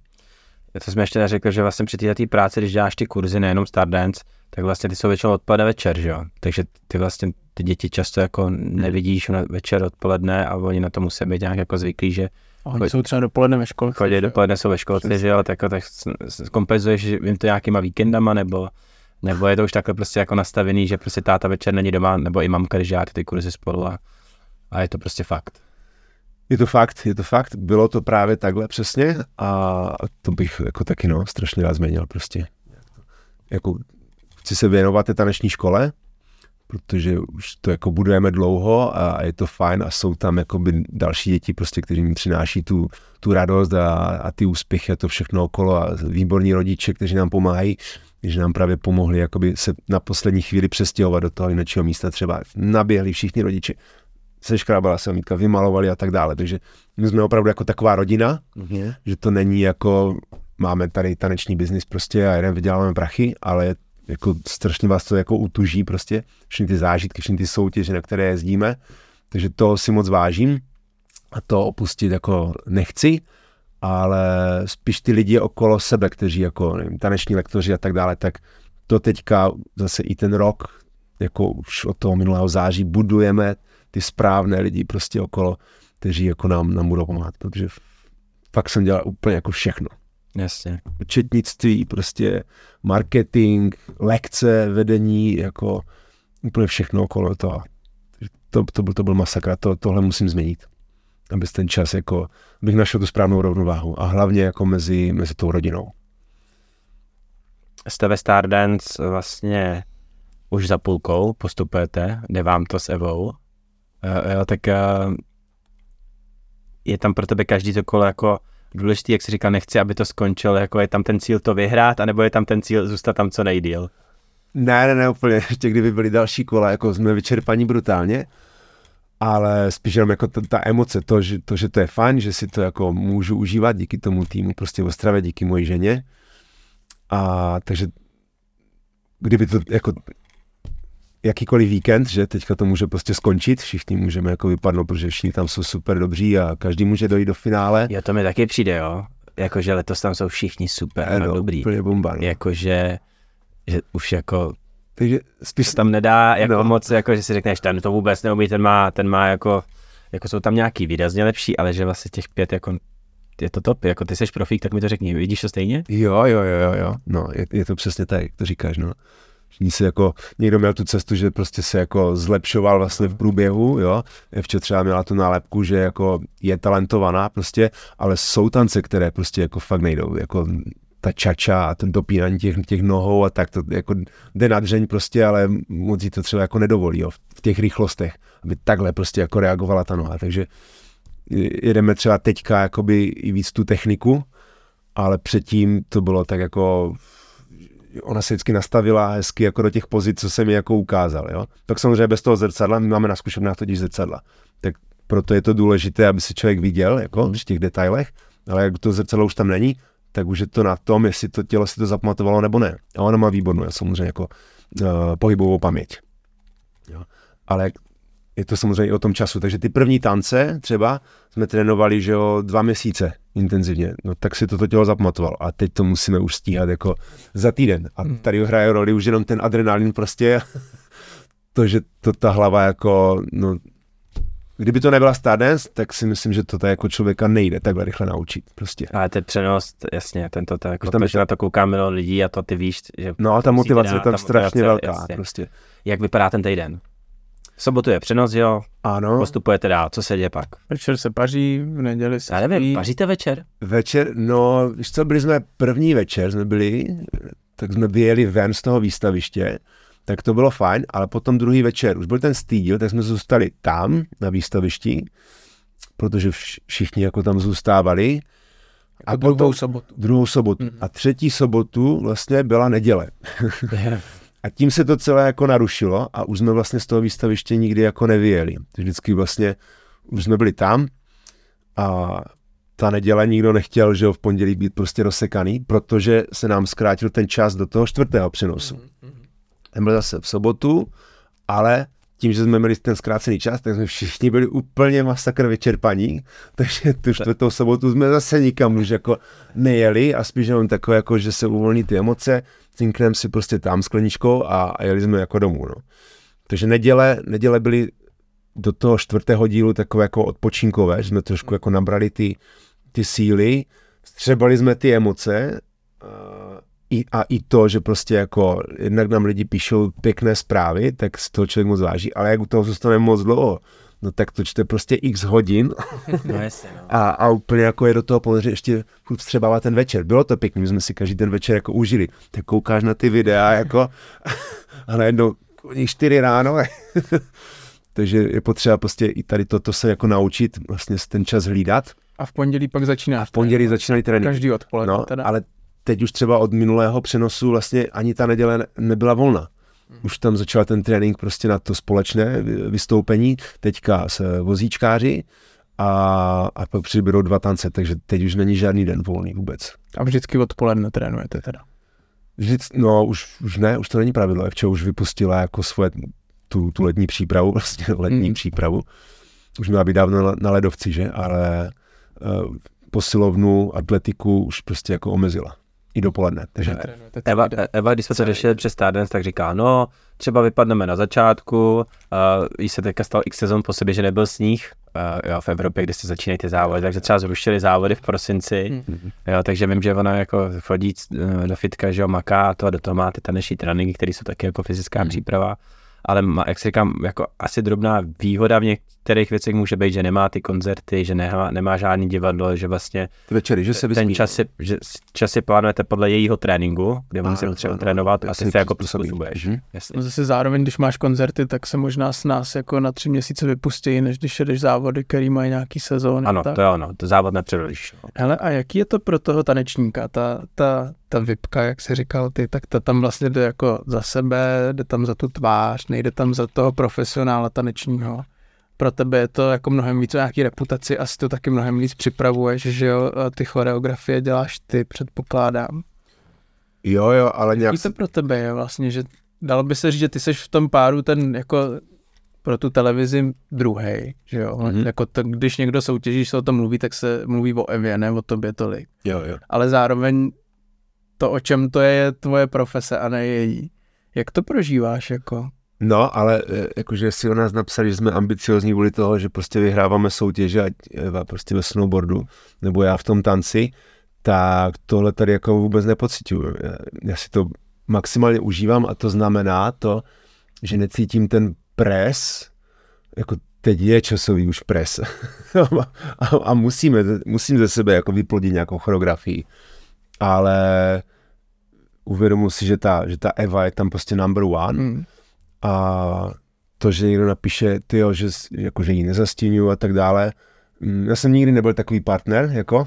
To jsme ještě neřekl, že vlastně při té práci, když děláš ty kurzy, nejenom Stardance, tak vlastně ty jsou většinou odpoledne večer, že jo? Takže ty vlastně ty děti často jako nevidíš večer odpoledne a oni na to musí být nějak jako zvyklí, že oni jsou třeba dopoledne ve školce. Chodí dopoledne, jsou ve školce, že jo? Tak kompenzuješ jim to nějakýma víkendama, nebo je to už takhle prostě jako nastavený, že prostě táta večer není doma, nebo i mamka, když děláte ty kurzy spolu a je to prostě fakt. Je to fakt, bylo to právě takhle přesně a to bych jako taky strašně rád změnil prostě. Jako chci se věnovat té taneční škole, protože už to jako budujeme dlouho a je to fajn a jsou tam jakoby další děti prostě, kteří mi přináší tu radost a ty úspěchy a to všechno okolo a výborní rodiče, kteří nám pomáhají, že nám právě pomohli jakoby se na poslední chvíli přestěhovat do toho jiného místa, třeba naběhli všichni rodiče. Seškrábala se omítka, vymalovali a tak dále. Takže my jsme opravdu jako taková rodina, že to není jako máme tady taneční biznis prostě a jeden vyděláváme prachy, ale jako strašně vás to jako utuží prostě, všechny ty zážitky, všechny ty soutěže, na které jezdíme. Takže to si moc vážím a to opustit jako nechci, ale spíš ty lidi okolo sebe, kteří jako nevím, taneční lektoři a tak dále, tak to teďka zase i ten rok, jako už od toho minulého září budujeme ty správné lidi prostě okolo, kteří jako nám budou pomáhat, protože fakt jsem dělal úplně jako všechno. Jasně. Četnictví, prostě marketing, lekce, vedení, jako úplně všechno okolo toho. To byl masakr, tohle musím změnit. Aby ten čas, jako, bych našel tu správnou rovnováhu a hlavně jako mezi tou rodinou. Jste ve Stardance vlastně už za půlkou, postupujete, jde vám to s Evou. Jo, tak je tam pro tebe každý to kolo jako důležitý, jak jsi říkal, nechci, aby to skončilo, jako je tam ten cíl to vyhrát, anebo je tam ten cíl zůstat tam co nejdýl? Ne, úplně, ještě kdyby byly další kola, jako jsme vyčerpaní brutálně, ale spíš jenom jako ta emoce, to, že to je fajn, že si to jako můžu užívat díky tomu týmu, prostě v Ostravě, díky mojí ženě. A takže kdyby to jako jakýkoliv víkend, že teďka to může prostě skončit, všichni můžeme jako vypadnout, protože všichni tam jsou super dobří a každý může dojít do finále. Jo, to mi taky přijde, jo. Jakože letos tam jsou všichni super dobrý. Úplně bomba, no. Jakože že už jako takže spíš tam nedá jako moc, jako že si řekneš, ten to vůbec neumí, ten má jako jsou tam nějaký výrazně lepší, ale že vlastně těch 5 jako je to top, jako ty seš profík, tak mi to řekni, vidíš to stejně? Jo, no, je to přesně tak, jak to říkáš, no. Někdo měl tu cestu, že prostě se jako zlepšoval vlastně v průběhu, jo. Evčo třeba měla tu nálepku, že jako je talentovaná prostě, ale jsou tance, které prostě jako fakt nejdou, jako ta čača a ten dopínání těch nohou a tak to jako jde na dřeň prostě, ale moc jí to třeba jako nedovolí, jo, v těch rychlostech, aby takhle prostě jako reagovala ta noha, takže jedeme třeba teďka jakoby i víc tu techniku, ale předtím to bylo tak jako ona se vždycky nastavila hezky jako do těch pozic, co jsem mi jako ukázal, jo. Tak samozřejmě bez toho zrcadla, my máme na zkušebnách totiž zrcadla, tak proto je to důležité, aby si člověk viděl jako v těch detailech, ale jak to zrcadlo už tam není, tak už je to na tom, jestli to tělo si to zapamatovalo nebo ne. A ona má výbornou, samozřejmě jako pohybovou paměť. Jo. Ale je to samozřejmě i o tom času. Takže ty první tance třeba jsme trénovali, že jo, 2 měsíce intenzivně. No tak si to tělo zapamatovalo. A teď to musíme už stíhat jako za týden. A tady hraje roli už jenom ten adrenalin prostě. To, že to ta hlava jako, no, kdyby to nebyla Stardance, tak si myslím, že to jako člověka nejde takhle rychle naučit prostě. Ale ten přenos, jasně, tento jako tam na to kouká milion lidí a to ty víš, že... No a ta motivace je tam strašně velká, jasně. prostě. Jak vypadá ten týden? V sobotu je přenos, jo? Ano. Postupujete dál, co se děje pak? Večer se paří, v neděli se já nevím, paříte večer? Večer, no, víš co, byli jsme první večer, tak jsme vyjeli ven z toho výstaviště, tak to bylo fajn, ale potom druhý večer, už byl ten stýdil, tak jsme zůstali tam na výstavišti, protože všichni jako tam zůstávali. A druhou sobotu. A třetí sobotu vlastně byla neděle. A tím se to celé jako narušilo a už jsme vlastně z toho výstaviště nikdy jako nevyjeli. Vždycky vlastně už jsme byli tam a ta neděle nikdo nechtěl, že jo, v pondělí být prostě rozsekaný, protože se nám zkrátil ten čas do toho 4. přenosu. Ten byl zase v sobotu, ale tím, že jsme měli ten zkrácený čas, tak jsme všichni byli úplně masakr vyčerpaní, takže tu 4. sobotu jsme zase nikam už jako nejeli a spíš jenom takové, jako, že se uvolní ty emoce, cinkneme si prostě tam skleničkou a jeli jsme jako domů. No. Takže neděle byly do toho 4. dílu takové jako odpočinkové, že jsme trošku jako nabrali ty síly, vstřebali jsme ty emoce a i to, že prostě jako jednak nám lidi píšou pěkné zprávy, tak z toho člověk moc váží, ale jak u toho zůstane moc dlouho, no tak to čte prostě x hodin no jasně, no. A úplně jako je do toho ponořit ještě vstřebává ten večer. Bylo to pěkný, my jsme si každý ten večer jako užili. Tak koukáš na ty videa jako a najednou 4 ráno. Takže je potřeba prostě i tady toto se jako naučit, vlastně ten čas hlídat. A v pondělí pak začíná. V pondělí začínají tréninky. Každý odpoledne no, teda. Ale teď už třeba od minulého přenosu vlastně ani ta neděle nebyla volná. Už tam začal ten trénink prostě na to společné vystoupení, teďka s vozíčkáři a pak přibydou 2 tance, takže teď už není žádný den volný vůbec. A vždycky odpoledne trénujete teda? No už ne, už to není pravidlo. Evča už vypustila jako svoje tu letní přípravu, vlastně letní přípravu. Už měla být dávno na ledovci, že? Ale posilovnu, atletiku už prostě jako omezila. i dopoledne. Takže Eva, když jsme to řešili přes Stardance, tak říká, no, třeba vypadneme na začátku, jí se teďka stalo x sezon po sobě, že nebyl sníh, jo, v Evropě, kde se začínají ty závody, takže třeba zrušili závody v prosinci, jo, takže vím, že ona jako chodí do fitka, že jo, maká a do toho má ty taneční tréninky, které jsou taky jako fyzická příprava, ale jak si říkám, jako asi drobná výhoda v některých věcech může být, že nemá ty koncerty, že nemá žádný divadlo, že vlastně večery, že se ten čas si plánujete podle jejího tréninku, kde on se potřebuje trénovat a ty se jako přizpůsobuješ. No zase zároveň, když máš koncerty, tak se možná s nás jako na 3 měsíce vypustí, než když jedeš závody, který mají nějaký sezóny. Ano, tak. To je ono, to závod nepřerodíš. Hele, a jaký je to pro toho tanečníka, ta vipka, jak jsi říkal ty, tak ta tam vlastně jde jako za sebe, jde tam za tu tvář, nejde tam za toho profesionála tanečního. Pro tebe je to jako mnohem víc o nějaký reputaci, asi to taky mnohem víc připravuješ, že jo, ty choreografie děláš ty, předpokládám. Jo, ale nějak... Jaký to pro tebe je vlastně, že dalo by se říct, že ty seš v tom páru ten jako pro tu televizi druhej, že jo, jako to, když někdo soutěží, se o tom mluví, tak se mluví o Evě, ne o tobě tolik. Jo. Ale zároveň to, o čem to je tvoje profese a ne její. Jak to prožíváš jako? No, ale jakože si o nás napsali, že jsme ambiciozní kvůli toho, že prostě vyhráváme soutěže, ať Eva prostě ve snowboardu, nebo já v tom tanci, tak tohle tady jako vůbec nepociťuju. Já si to maximálně užívám a to znamená to, že necítím ten pres, jako teď je časový už pres a musím ze sebe jako vyplodit nějakou choreografii, ale uvědomuji si, že ta Eva je tam prostě number one a to, že někdo napíše, tyjo, že ji nezastíňuji a tak dále. Já jsem nikdy nebyl takový partner, jako,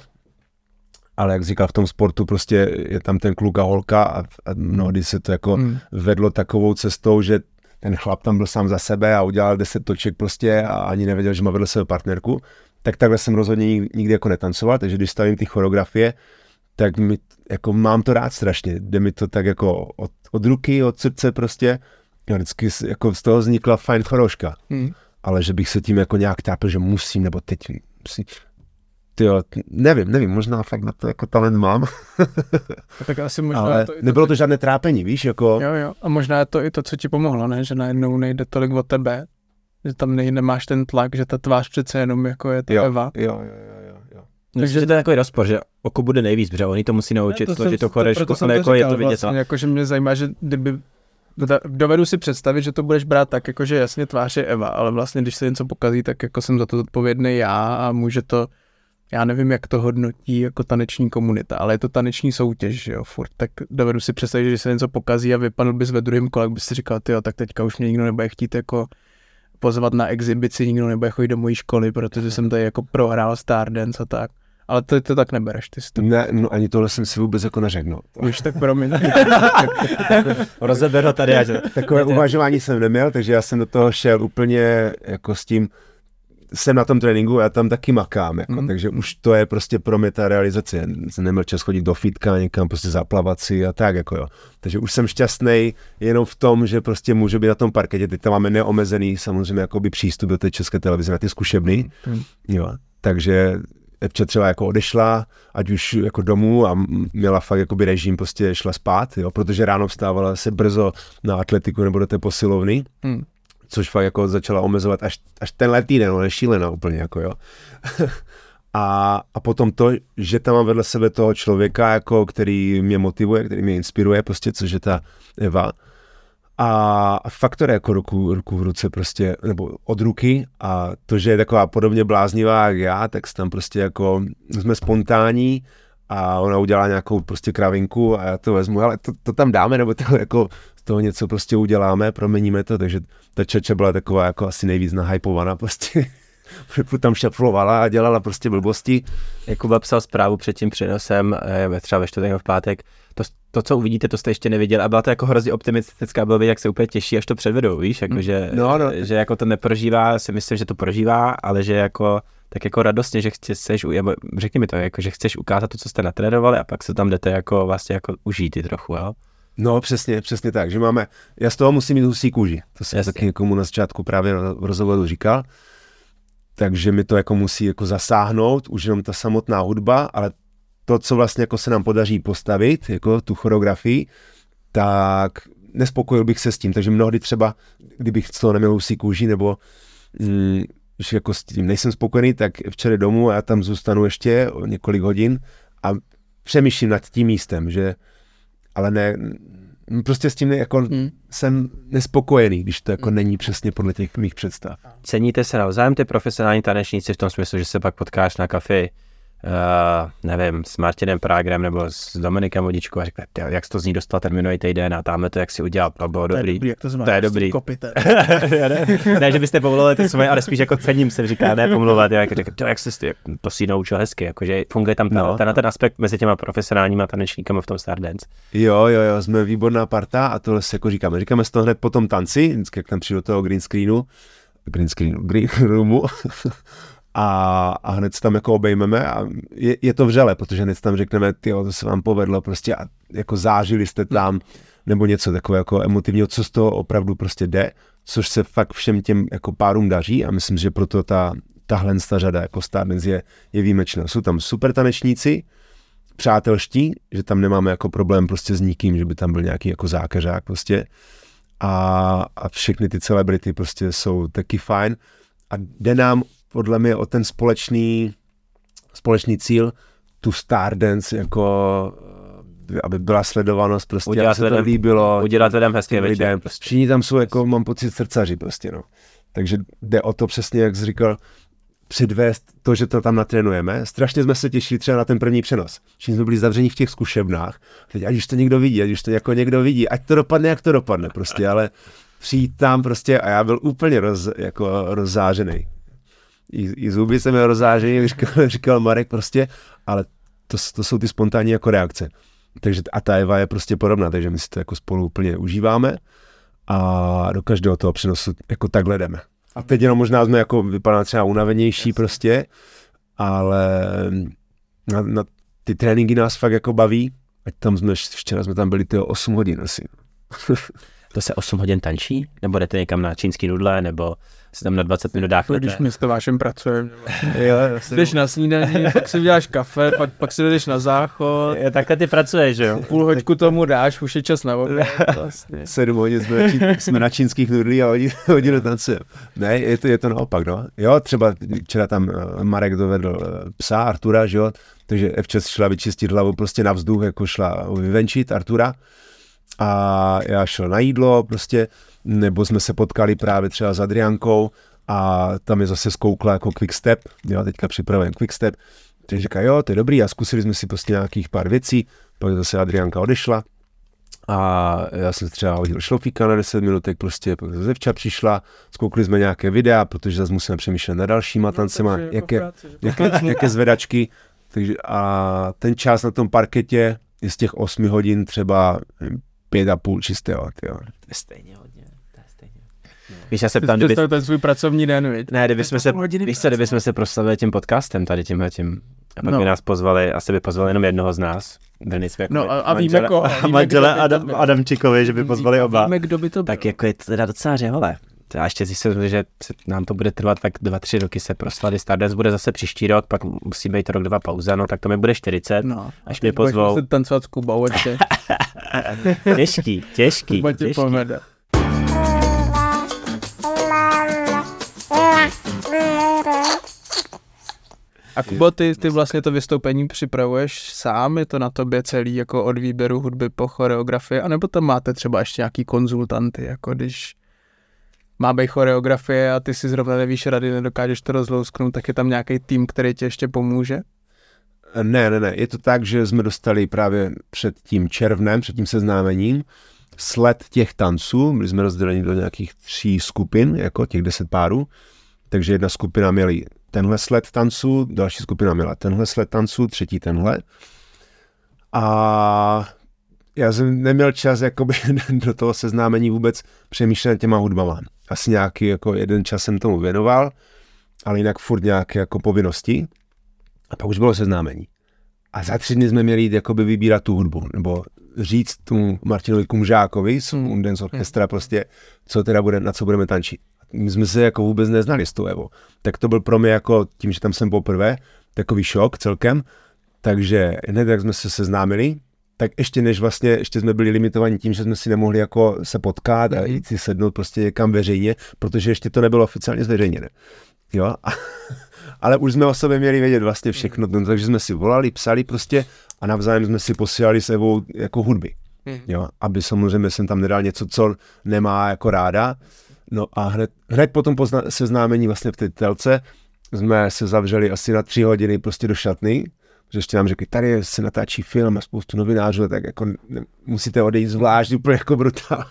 ale jak říkal, v tom sportu prostě je tam ten kluk a holka a mnohdy se to jako vedlo takovou cestou, že ten chlap tam byl sám za sebe a udělal 10 toček prostě a ani nevěděl, že má vedle sebe partnerku. Tak takhle jsem rozhodně nikdy jako netancoval, takže když stavím ty choreografie, tak jako mám to rád strašně. Jde mi to tak jako od ruky, od srdce prostě. A vždycky jako z toho vznikla fajn choroška. Ale že bych se tím jako nějak tápil, že musím, nebo teď musím. Tyjo, nevím, možná fakt na to jako talent mám. Tak asi možná ale nebylo to žádné trápení, víš, jako. Jo, a možná je to i to, co ti pomohlo, ne? Že najednou nejde tolik o tebe, že tam nemáš ten tlak, že ta tvář přece jenom jako je ta Eva. Jo. Takže to je takový rozpor, že oko bude nejvíc, protože oni to musí naučit složit to chorešku, ale jako je to vidět. Vlastně, jakože mě zajímá, že kdyby dovedu si představit, že to budeš brát tak, jakože jasně tvář je Eva, ale vlastně když se něco pokazí, tak jako jsem za to odpovědný já a může to, já nevím, jak to hodnotí jako taneční komunita, ale je to taneční soutěž, jo, furt, tak dovedu si představit, že když se něco pokazí a vypadl bys ve druhém kole, bys si říkal, tyjo, tak teďka už mě nikdo nebude chtít jako pozvat na exibici, nikdo nebude chodit do mojí školy, protože jsem tady jako prohrál Stardance a tak. Ale ty to tak nebereš, ty si to... Ne, no ani tohle jsem si vůbec jako neřekl, no. Už tak promiň. Rozeber ho tady. Takové uvažování jsem neměl, takže já jsem do toho šel úplně jako s tím, jsem na tom tréninku, já tam taky makám, jako, takže už to je prostě pro mě ta realizace. Já jsem neměl čas chodit do fitka, někam prostě zaplavat si a tak, jako jo. Takže už jsem šťastný jenom v tom, že prostě můžu být na tom parketě. Teď tam máme neomezený samozřejmě jakoby přístup do té České televize na ty zkušebny, jo. Takže Epča třeba jako odešla, ať už jako domů a měla fakt jakoby režim, prostě šla spát, jo, protože ráno vstávala se brzo na atletiku nebo do té posilovny, což fakt jako začala omezovat až tenhle týden, no, je šílená úplně, jako jo. a potom to, že tam mám vedle sebe toho člověka, jako, který mě motivuje, který mě inspiruje, prostě, což je ta Eva. A faktor jako ruku v ruce prostě, nebo od ruky a to, že je taková podobně bláznivá jak já, tak tam prostě jako jsme spontánní a ona udělá nějakou prostě kravinku a já to vezmu, ale to tam dáme, nebo to jako z toho něco prostě uděláme, proměníme to, takže ta Čača byla taková jako asi nejvíc nahypovaná prostě. Tam šaflovala a dělala prostě blbosti. Jakub psal zprávu před tím přenosem, třeba ve čtvrtek v pátek, to, co uvidíte, to jste ještě neviděl a byla to jako hrozně optimistická, bylo vidět, jak se úplně těší, až to předvedou, víš, jako, že jako to neprožívá, si myslím, že to prožívá, ale že jako tak jako radostně, že chceš, řekni mi to, jako, že chceš ukázat to, co jste natrénovali a pak se tam jdete jako vlastně jako užít i trochu, jo? No přesně tak, že máme, já z toho musím mít husí kůži, to jsem taky někomu na začátku právě v rozhovoru říkal, takže mi to jako musí jako zasáhnout, už jenom ta samotná hudba, ale to, co vlastně jako se nám podaří postavit, jako tu choreografii, tak nespokojil bych se s tím, takže mnohdy třeba, kdybych z toho neměl husí kůži, nebo když jako s tím nejsem spokojený, tak včera domů a já tam zůstanu ještě o několik hodin a přemýšlím nad tím místem, že ale ne, prostě s tím jako jsem nespokojený, když to jako není přesně podle těch mých představ. Ceníte se navzájem ty profesionální tanečníci v tom smyslu, že se pak potkáš na kafi, nevím, s Martinem Prágrem nebo s Dominikem Vodičkou a řekne, jak jsi to z ní dostal terminový týden a tamhle to, jak si udělal, to bylo dobrý. To je dobrý. Ne, že byste pomluvili ty svoje, ale spíš jako cením se, říká, ne pomluvat, jak jsi to si naučil hezky, jakože funguje tam ten aspekt mezi těma profesionálníma tanečníkama v tom Stardance. Jo, jsme výborná parta a tohle se jako říkáme si to hned po tom tanci, vždycky jak tam přijdu do toho green roomu, a hned se tam jako obejmeme a je to vřele, protože hned tam řekneme, tyjo, to se vám povedlo prostě a jako zážili jste tam, nebo něco takového jako emotivního, co z toho opravdu prostě jde, což se fakt všem těm jako párům daří a myslím, že proto tahle řada jako Stardance je výjimečná. Jsou tam super tanečníci, přátelští, že tam nemáme jako problém prostě s nikým, že by tam byl nějaký jako zákeřák prostě a všechny ty celebrity prostě jsou taky fajn a jde nám podle mě o ten společný cíl, tu Stardance, jako aby byla sledovanost, prostě, aby se to líbilo. Udělat lidem hezké večer. Prostě. Všichni tam jsou, jako mám pocit, srdcaři prostě, no. Takže jde o to přesně, jak jsi říkal, předvést to, že to tam natrénujeme. Strašně jsme se těšili třeba na ten první přenos. Všichni jsme byli zavření v těch zkušebnách. Teď, ať už to někdo vidí, ať to dopadne, jak to dopadne prostě, ale přijít tam prostě a já byl úplně rozzářený. I zuby jsem měl rozzářený, říkal Marek prostě, ale to jsou ty spontánní jako reakce. Takže a ta Eva je prostě podobná, takže my si to jako spolu úplně užíváme a do každého toho přenosu jako takhle jdeme. A teď jenom možná jsme jako vypadá třeba unavenější prostě, ale na ty tréninky nás fakt jako baví, ať tam včera jsme tam byli 8 hodin asi. To se 8 hodin tančí? Nebo jdete někam na čínský nudle, nebo se tam na 20 minut dáchnete? Když my s Tomášem pracujeme. Jdeš na snídaní, pak si uděláš kafe, pak si jdeš na záchod. Takhle ty pracuješ, že jo? Půl hoďku tomu dáš, už je čas na oběd. Vlastně. 7 hodin jsme na čínských nudlích a hodinu tancujeme. Ne, je to naopak, no. Jo, třeba včera tam Marek dovedl psa Artura, že jo, takže Evča šla vyčistit hlavu prostě na vzduch, jako šla vyvenčit Artura. A já šel na jídlo prostě, nebo jsme se potkali právě třeba s Adriánkou a tam je zase zkoukla jako quickstep, jo, teďka připravujem quickstep, takže říká, jo, to je dobrý a zkusili jsme si prostě nějakých pár věcí, pak zase Adriánka odešla a já jsem třeba hodil šlofíka na 10 minutek, prostě pak zase Evča přišla, zkoukli jsme nějaké videa, protože zase musíme přemýšlet na dalšíma tancema, jaké zvedačky, takže a ten čas na tom parketě je z těch 8 hodin třeba 5,5 čistého. To je stejně hodně. Víš, já se ptám, ten svůj pracovní den, víš? Ne, kdybychom se proslavili tím podcastem, tady tímhletím, a pak by nás pozvali, asi by pozvali jenom jednoho z nás. A víme koho. Manžele Adamčíkovi, že by pozvali oba. Víme, kdo by to byl. Tak jako je to teda docela řehole. A ještě zjistili, že nám to bude trvat tak 2-3 roky se proslavit. Stardance bude zase příští rok, pak musí být rok 2 pauza, no tak to mi bude 40, až mě pozvou. Budeš tancovat s Kubou ještě. Těžký. A Kubo, ty vlastně to vystoupení připravuješ sám, je to na tobě celý jako od výběru hudby po choreografii, anebo tam máte třeba ještě nějaký konzultanty, jako když má být choreografie a ty si zrovna nevíš rady, nedokážeš to rozlousknout, tak je tam nějaký tým, který ti ještě pomůže? Ne, je to tak, že jsme dostali právě před tím červnem, před tím seznámením, sled těch tanců, byli jsme rozděleni do nějakých 3 skupin, jako těch 10 párů, takže jedna skupina měli tenhle sled tanců, další skupina měla tenhle sled tanců, třetí tenhle. A já jsem neměl čas jakoby do toho seznámení vůbec přemýšlet těma hudbama. Asi nějaký jako jeden čas jsem tomu věnoval, ale jinak furt nějaké jako povinnosti. A pak už bylo seznámení. A za 3 dny jsme měli jít jakoby vybírat tu hudbu, nebo říct tomu Martinovi Kumžákovi z Dance Orchestra prostě, co teda bude, na co budeme tančit. My jsme se jako vůbec neznali s tou Evou. Tak to byl pro mě jako tím, že tam jsem poprvé, takový šok celkem. Takže hned, jak jsme se seznámili, tak ještě jsme byli limitovaní tím, že jsme si nemohli jako se potkat a jít si sednout prostě někam veřejně, protože ještě to nebylo oficiálně zveřejněné. Jo? Ale už jsme o sobě měli vědět vlastně všechno, takže jsme si volali, psali prostě a navzájem jsme si posílali s Evou jako hudby. Jo? Aby samozřejmě jsem tam nedal něco, co nemá jako ráda. No a hned po tom seznámení vlastně v té telce jsme se zavřeli asi na 3 hodiny prostě do šatny, že ještě nám řekli, tady se natáčí film a spoustu novinářů, tak jako musíte odejít zvlášť, úplně jako brutál.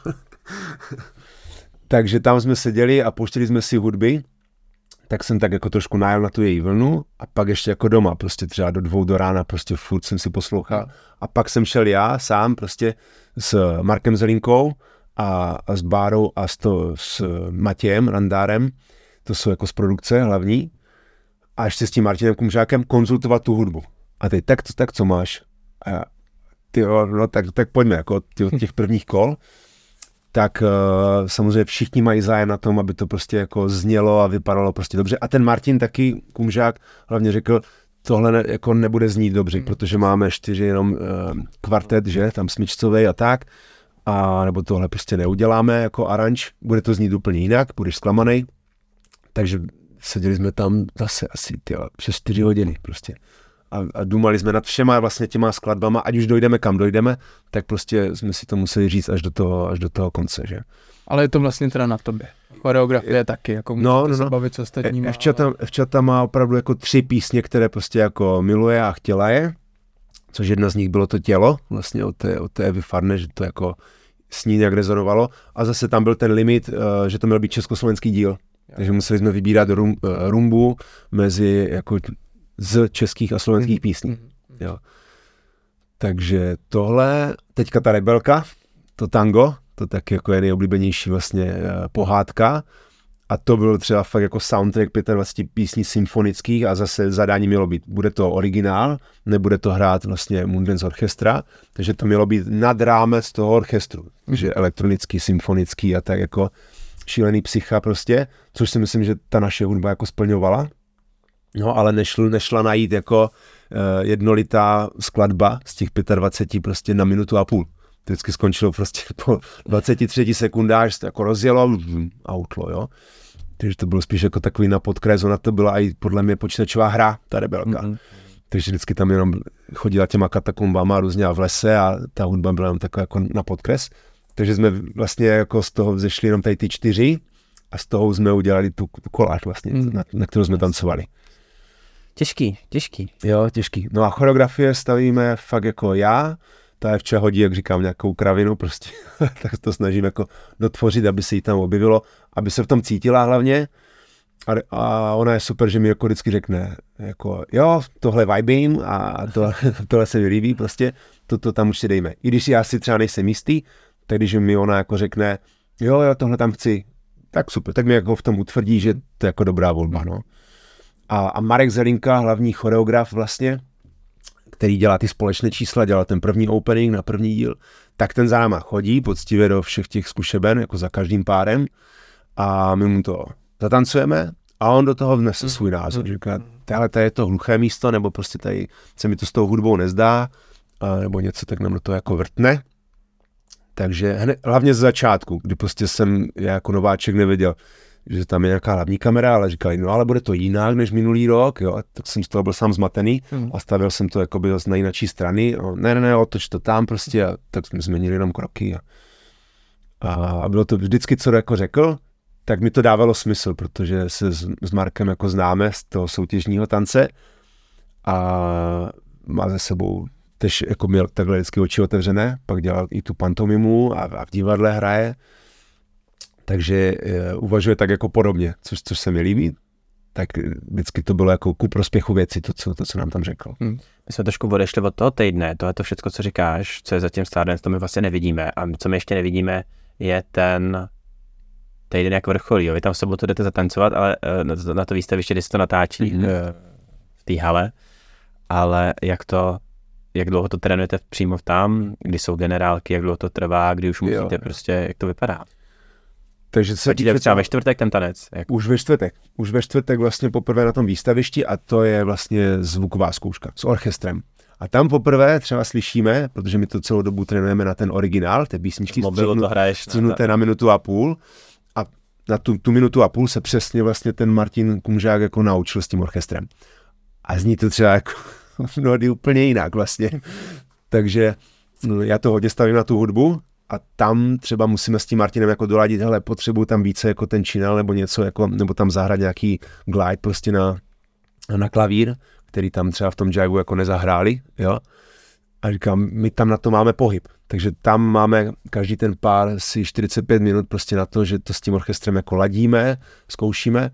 Takže tam jsme seděli a pouštěli jsme si hudby, tak jsem tak jako trošku najel na tu její vlnu a pak ještě jako doma, prostě třeba do 2 do rána, prostě furt jsem si poslouchal a pak jsem šel já sám prostě s Markem Zelinkou a s Bárou a s Matějem Randárem, to jsou jako z produkce hlavní, a ještě s tím Martinem Kumžákem konzultovat tu hudbu. A teď, tak co máš? A já, no tak pojďme, jako od těch prvních kol. Tak samozřejmě všichni mají zájem na tom, aby to prostě jako znělo a vypadalo prostě dobře. A ten Martin taky, Kumžák, hlavně řekl, tohle jako nebude znít dobře, protože máme 4 jenom kvartet, že, tam smyčcovej a tak. A nebo tohle prostě neuděláme jako aranž, bude to znít úplně jinak, budeš zklamanej. Takže seděli jsme tam zase asi přes 4 hodiny prostě. A dumali jsme nad všema vlastně těma skladbama, ať už dojdeme kam dojdeme, tak prostě jsme si to museli říct až do toho konce, že. Ale je to vlastně teda na tobě. Choreografie taky, jako můžete se bavit s ostatními. Evčata má opravdu jako 3 písně, které prostě jako miluje a chtěla je, což jedna z nich bylo to Tělo, vlastně od té Evy Farné, že to jako s ní nějak rezonovalo. A zase tam byl ten limit, že to měl být československý díl. Takže museli jsme vybírat rumbu mezi jako z českých a slovenských písní. Jo. Takže tohle, teďka ta Rebelka, to tango, to taky jako je nejoblíbenější vlastně pohádka. A to bylo třeba fakt jako soundtrack 25 písní symfonických a zase zadání mělo být, bude to originál, nebude to hrát vlastně Mundens Orchestra, takže to mělo být nad rámec toho orchestru, takže elektronický, symfonický a tak jako šílený psycha prostě, což si myslím, že ta naše hudba jako splňovala. No, ale nešla najít jako jednolitá skladba z těch 25 prostě na 1,5 minuty. To vždycky skončilo prostě po 23 sekundách, to jako rozjelo a utlo, jo. Takže to bylo spíš jako takový na podkres, ona to byla i podle mě počítačová hra, ta Rebelka. Takže vždycky tam jenom chodila těma katakombama různě v lese a ta hudba byla jenom taková jako na podkres. Takže jsme vlastně jako z toho vzešli jenom tady ty 4 a z toho jsme udělali tu koláž vlastně, na kterou jsme tancovali. Těžký. Jo, těžký. No a choreografie stavíme fakt jako já, ta Evča hodí, jak říkám, nějakou kravinu prostě, tak to snažím jako dotvořit, aby se jí tam objevilo, aby se v tom cítila hlavně. A ona je super, že mi jako vždycky řekne, jako jo, tohle vibím a tohle se mi líbí, prostě to tam určitě dejme. I když já si třeba nejsem jistý, tak když mi ona jako řekne, jo, tohle tam chci, tak super, tak mi jako v tom utvrdí, že to je jako dobrá volba, no. A Marek Zelinka, hlavní choreograf vlastně, který dělá ty společné čísla, dělal ten první opening na první díl, tak ten za náma chodí poctivě do všech těch zkušeben, jako za každým párem a my mu to zatancujeme a on do toho vnese svůj názor. Říká, tady je to hluché místo, nebo prostě tady se mi to s tou hudbou nezdá, nebo něco, tak nám do toho jako vrtne. Takže hlavně z začátku, kdy prostě jsem já jako nováček nevěděl, že tam je nějaká hlavní kamera, ale říkali, no ale bude to jinak než minulý rok, jo, a tak jsem z toho byl sám zmatený a stavil jsem to jakoby na jináčí strany, ne, otoč to tam prostě a tak jsme změnili jenom kroky a bylo to vždycky, co jako řekl, tak mi to dávalo smysl, protože se s Markem jako známe z toho soutěžního tance a má za sebou tež jako měl takhle vždycky oči otevřené, pak dělal i tu pantomimu a v divadle hraje. Takže uvažuje tak jako podobně, což se mi líbí, tak vždycky to bylo jako ku prospěchu věci, to, co nám tam řekl. My jsme trošku odešli od toho týdne, to je to všechno, co říkáš, co je zatím Stardance, to my vlastně nevidíme a co my ještě nevidíme, je ten týden jak vrcholí, jo. Vy tam v sobotu jdete zatancovat, ale na to výstaviště, kdy se to natáčí v té hale, ale jak dlouho to trénujete přímo tam, kdy jsou generálky, jak dlouho to trvá, kdy už musíte prostě, jak to vypadá? Takže se týče třeba ve čtvrtek ten tanec? Už ve čtvrtek vlastně poprvé na tom výstavišti a to je vlastně zvuková zkouška s orchestrem. A tam poprvé třeba slyšíme, protože my to celou dobu trénujeme na ten originál, ty písničky střihnuté na minutu a půl. A na tu minutu a půl se přesně vlastně ten Martin Kumžák jako naučil s tím orchestrem. A zní to třeba jako mnohdy úplně jinak vlastně. Takže já to hodně stavím na tu hudbu a tam třeba musíme s tím Martinem jako doladit, hele, potřebuju tam více jako ten činel nebo něco, jako, nebo tam zahrát nějaký glide prostě na klavír, který tam třeba v tom jiveu jako nezahráli, jo. A říkám, my tam na to máme pohyb, takže tam máme každý ten pár si 45 minut prostě na to, že to s tím orchestrem jako ladíme, zkoušíme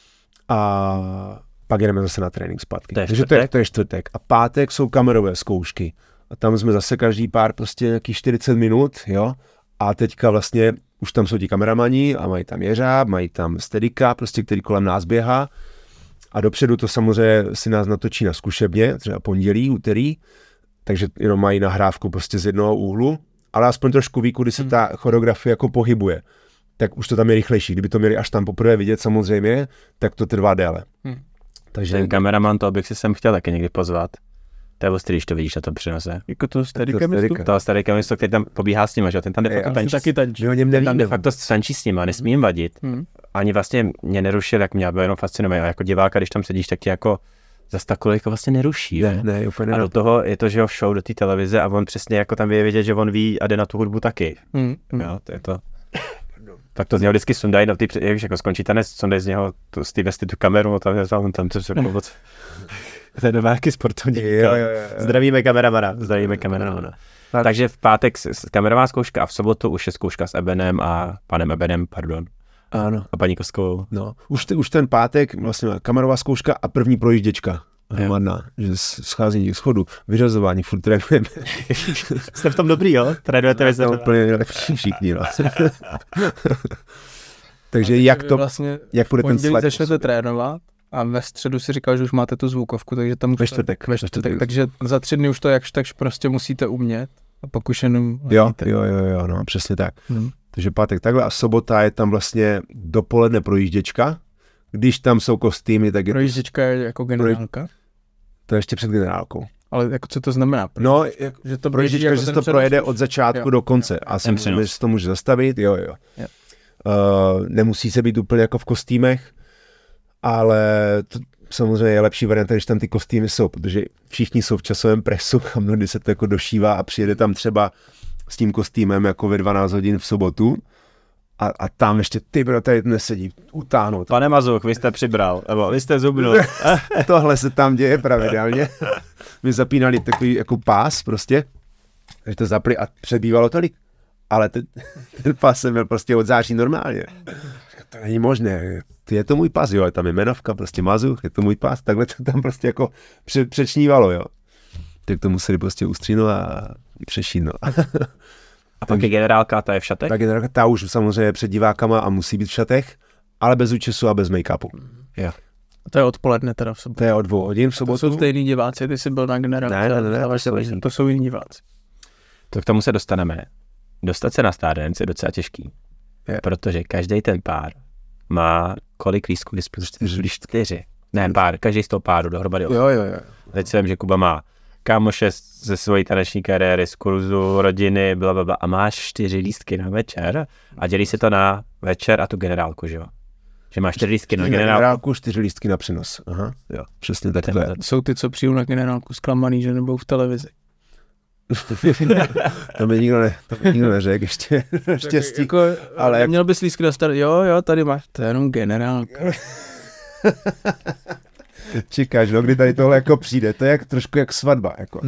a pak jdeme zase na trénink zpátky. Takže to je čtvrtek. A pátek jsou kamerové zkoušky. A tam jsme zase každý pár prostě nějakých 40 minut, jo. A teďka vlastně už tam jsou ti kameramani a mají tam jeřáb, mají tam steadika, prostě který kolem nás běhá. A dopředu to samozřejmě si nás natočí na zkušebně, třeba pondělí, úterý, takže jenom mají nahrávku prostě z jednoho úhlu, ale aspoň trošku ví, kudy se ta choreografie jako pohybuje. Tak už to tam je rychlejší. Kdyby to měli až tam poprvé vidět samozřejmě, tak to trvá déle. Takže ten kameraman, to bych si sem chtěl taky někdy pozvat. To je ostrý, když to vidíš na tom přenose. Jako to steadicamistu? To steadicamistu, který tam pobíhá s nima, že ten tam de facto tančí. Tam de facto tančí s nima, nesmí jim vadit. Ani vlastně mě nerušil, jak mě bylo jenom fascinovaný. A jako diváka, když tam sedíš, tak tě jako zas takové jako vlastně neruší. Ne, úplně a do toho je to, že ho show do té televize a on přesně jako tam je vidět, že on ví a jde na tu hudbu taky. Jo, to je to. Tak to z něho vždycky sundají, no když jako skončí tanec, sundají z něho z té vesty tu kameru, tam to se pomoc. To je nějaký sportovní. Zdravíme kameramana. Takže v pátek kamerová zkouška a v sobotu už je zkouška s Ebenem a panem Ebenem, pardon. Ano. A paní Koskovou. No, už ten pátek vlastně kamerová zkouška a první projížděčka. Hromadná, že scházení těch schodů, vyřazování, furt trénujeme. Jste v tom dobrý, jo? Trénujete vy se úplně nejlepší všichni. No. Takže jak bude ten sled? Začnete trénovat a ve středu si říkal, že už máte tu zvukovku, takže tam ve čtvrtek. Takže za 3 dny už to jakž takž prostě musíte umět. A pokud jenom... Jo, no, přesně tak. Takže pátek takhle a sobota je tam vlastně dopoledne projížděčka. Když tam jsou kostýmy, tak je... Projížděčka je jako generálka? To je ještě před generálkou. Ale jako co to znamená? No, že to projížděčka, jako že se to projede od začátku do konce. A samozřejmě, že se to může zastavit, jo. Nemusí se být úplně jako v kostýmech, ale to samozřejmě je lepší varianta, když tam ty kostýmy jsou, protože všichni jsou v časovém presu a mnohdy se to jako došívá a přijede tam třeba s tím kostýmem jako ve 12 hodin v sobotu a tam ještě ty bro, tady nesedí, utáhnout. Pane Mazuch, vy jste přibral, nebo vy jste zubnul. Tohle se tam děje pravidelně. My zapínali takový jako pás prostě, takže to zapli a přebývalo tolik. Ale ten pás jsem měl prostě od září normálně. To není možné. Je to můj pás, jo, tam je jmenovka, prostě Mazuch, je to můj pás, takhle to tam prostě jako přečnívalo, jo. Tak to museli prostě ustřínit a přešít, no. A pak je generálka, ta je v šatech? Tak generálka, ta už samozřejmě před divákama a musí být v šatech, ale bez účesu a bez make-upu. Jo. A to je odpoledne teda v sobotu. To je od 2 hodin v sobotu. To jsou stejný diváci, ty jsi byl na generálce. Ne. To jsou jiní diváci. To k tomu se dostaneme. Dostat se na Stardance je docela těžký. Protože každý ten pár má kolik lístků dispozici? 4. Ne, pár, každý z toho páru dohromady. Jo. Teď si vím, že Kuba má kámoše ze svojí taneční kariéry, z kurzu, rodiny, blablabla, a máš 4 lístky na večer a dělí se to na večer a tu generálku, že jo? Že máš 4 lístky na generálku. 4 lístky na přenos. Aha, jo, přesně tak. Jsou ty, co přijdu na generálku zklamaný, že nebudou v televizi. To mi nikdo neřekl, ještě štěstí. Jako, ale měl bys lístky na start, jo, tady máš, to je jenom generálka. Čekáš, no, kdy tady tohle jako přijde, to je trošku jak svatba, jako.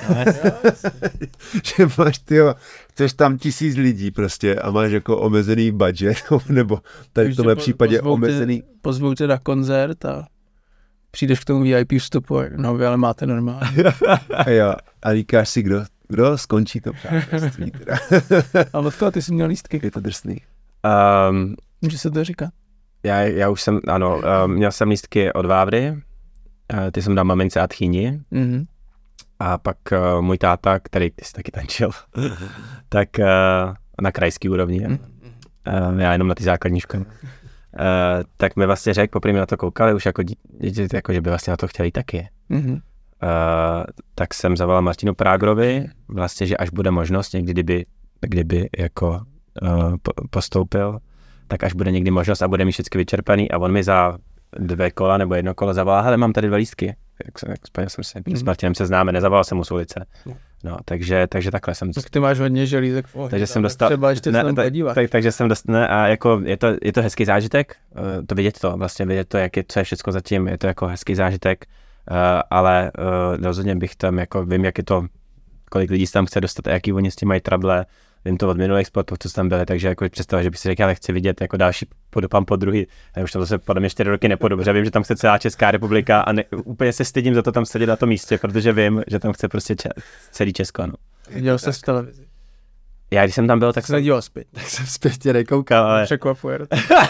Že máš, tyjo, chceš tam 1000 lidí prostě a máš jako omezený budget, nebo tady v tomhle případě omezený. Pozvou tě na koncert a přijdeš k tomu VIP vstupu, no vy ale máte normálně. Jo, a říkáš si, kdo skončí to přátelství teda. A od toho ty jsi měl lístky. Je to drsný. Může se to říkat? Já už jsem, ano, měl jsem lístky od Vávry, ty jsem dal mamince a tchýni. A pak můj táta, který ty jsi taky tančil, tak na krajský úrovni, já jenom na ty základní školy, tak mi vlastně řekl, poprvé na to koukali, už jako děti, jako, že by vlastně na to chtěli taky. tak jsem zavolal Martinu Prágrovi, vlastně, že až bude možnost, někdy kdyby jako postoupil, tak až bude někdy možnost a bude mít všechny vyčerpaný a on mi za 2 kola nebo 1 kolo zavolal, hele, mám tady 2 lístky. Jak spojil jsem se, s Martinem se známe, nezavolal jsem mu z ulice. No, takže takhle jsem. Tak ty máš hodně želízek v ohni, takže jsem dostal, třeba ještě se tam podívat. Takže jsem dostal, a jako je to hezký zážitek, to vidět, to, jak je, co je všechno zatím, je to jako hezký zážitek, ale rozhodně bych tam, jako vím, jak je to, kolik lidí se tam chce dostat a jaký oni s tím mají trable, vím to od minulých sportů, co tam byly, takže jako představa, že bych si řekl, ale chci vidět jako další podopám po druhý, já už tam zase podle mě 4 roky nepůjdu, protože vím, že tam chce celá Česká republika a úplně se stydím za to tam sedět na tom místě, protože vím, že tam chce prostě celý Česko, no. Viděl jsi v televizi? Já když jsem tam byl, tak jsem díval zpět. Tak jsem zpět nekoukal, ale... Překvapuje.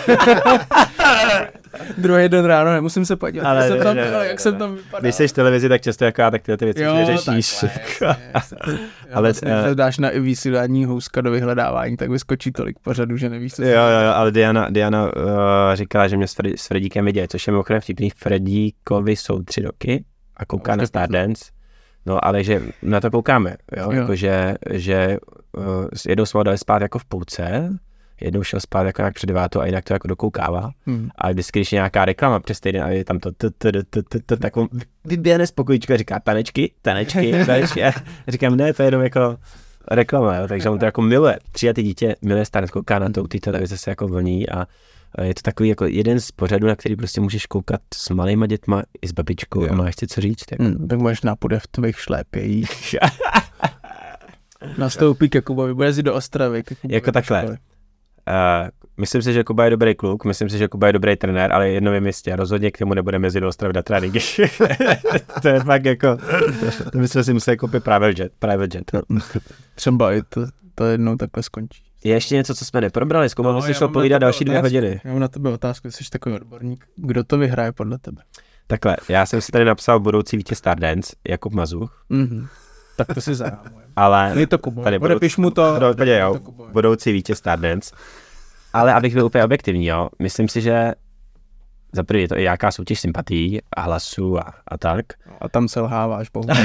Druhý den ráno, nemusím se podívat. Ale jak jsem tam vypadal. Když jsi v televizi, tak často jako já tak ty věci neřešíš. Ale dáš na vysílání houska do vyhledávání, tak vyskočí tolik pořadu, že nevíš, co Jo, ale Diana říkala, že mě s Fredíkem viděli, což je mimochodem vtipný. Fredíkovi jsou 3 roky a kouká na Stardance. No, ale že na to koukáme, jo? Jako, že jednou jsme ho dali spát jako v půlce, jednou šel spát jako nějak před 9 a jinak to jako dokoukává. A vždycky, když je nějaká reklama přes týden a je tam to tak on vyběhne z pokojíčka a říká tanečky. A říkám, ne, to je jenom jako reklama, jo? Takže on to jako miluje. 3letý dítě miluje Stardance, kouká na to, ty televize se jako vlní a je to takový jako jeden z pořadů, na který prostě můžeš koukat s malýma dětma i s babičkou a máš si co říct. Tak máš nápůjde v tvých šlépějích. Nastoupí ke Kubovi, bude jít do Ostravy. Jako takhle. Myslím si, že Kuba je dobrý kluk, myslím si, že Kuba je dobrý trenér, ale jedno je jistě, rozhodně k němu nebudeme jezdit do Ostravy na tréninky. To je fakt jako, to bychom si museli koupit private jet. Třeba i to jednou takhle skončí. Je ještě něco, co jsme neprobrali, s Kubou by si šlo povídat další 2 hodiny. Já mám na tebe otázku, jsi takový odborník. Kdo to vyhraje podle tebe? Takhle, já jsem si tady napsal budoucí vítěz Stardance, Jakub Mazuch. Tak to si zahámujeme. Ale... Je to Kubo, odepiš mu to. Budoucí vítěz Stardance. Ale abych byl úplně objektivní, jo, myslím si, že za první je to i jaká soutěž sympatií a hlasů a tak. A tam selháváš, bohužel.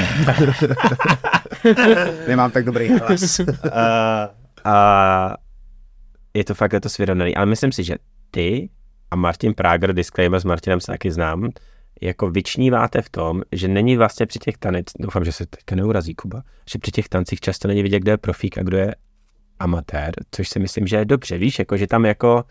Nemám tak dobrý hlas. A je to fakt letos vyrovnaný, ale myslím si, že ty a Martin Práger, disclaimer, s Martinem se taky znám, jako vyčníváte v tom, že není vlastně při těch tanecích, doufám, že se teďka neurazí Kuba, že při těch tancích často není vidět, kdo je profík a kdo je amatér, což si myslím, že je dobře, víš, jako, že tam jako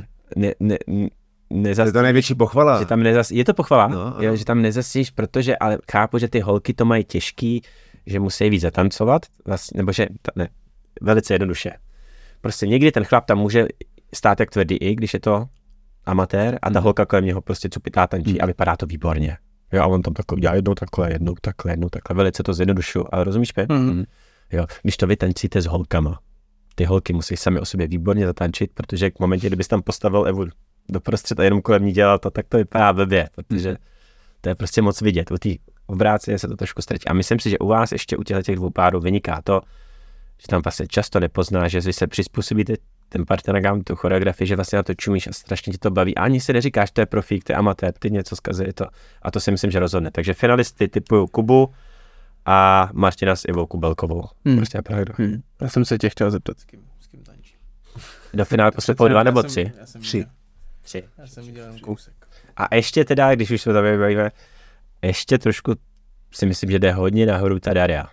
je to největší pochvala. Že tam je to pochvala, no. Jo, že tam nezasíš, protože, ale chápu, že ty holky to mají těžký, že musí víc zatancovat, vlastně, nebo že, ne, velice jednoduše. Prostě někdy ten chlap tam může stát jak tvrdý i, když je to amatér a ta holka kolem něho prostě cupitá tančí a vypadá to výborně. Jo, a on tam takhle dělá jednou takhle, velice to zjednodušuju, ale rozumíš mě? Jo, když to vy tancíte s holkama, ty holky musí sami o sobě výborně zatančit, protože v momentě, kdybys tam postavil Evu doprostřed a jenom kolem ní dělal to, tak to vypadá blbě, protože to je prostě moc vidět. U té obráceně se to trošku ztratí. A myslím si, že u vás ještě u těch 2 párů vyniká to, že tam vlastně často nepozná, že vy se přizpůsobíte ten partneragám, tu choreografii, že vlastně na to čumíš a strašně ti to baví. A ani si neříkáš, to je profík, to je amatér, ty něco zkazí to. A to si myslím, že rozhodne. Takže finalisty typuju Kubu a Martina s Ivou Kubelkovou. Prostě Já jsem se tě chtěl zeptat, s kým tančím. Do finále poslední 2 nebo 3? 3. Já jsem viděl jen kousek. A ještě teda, když už se tam bavíme, ještě trošku si myslím, že jde hodně nahoru ta Daria.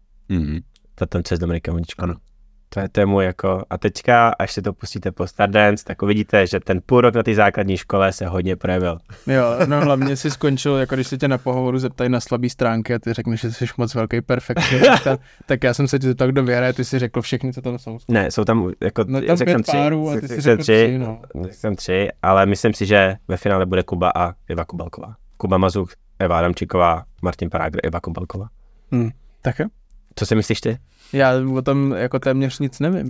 Ta tance s Dominikem Voničkou. Ano. To je můj jako, a teďka, až si to pustíte po Stardance, tak uvidíte, že ten půl rok na té základní škole se hodně projevil. Jo, no hlavně si skončil, jako když se tě na pohovoru zeptají na slabý stránky a ty řekneš, že jsi moc velký perfekcionista, tak já jsem se tě zeptal, kdo vyhraje, ty si řekl všechny, co tam jsou. Ne, jsou tam jako, no, tam 5 párů a ty si řekl 3, no. Jsem 3, ale myslím si, že ve finále bude Kuba a Eva Kubelková. Kuba Mazuch, Eva Adamčíková, Martin Práger, Eva Kubelková. Tak jo. Co si myslíš ty? Já o tom jako téměř nic nevím.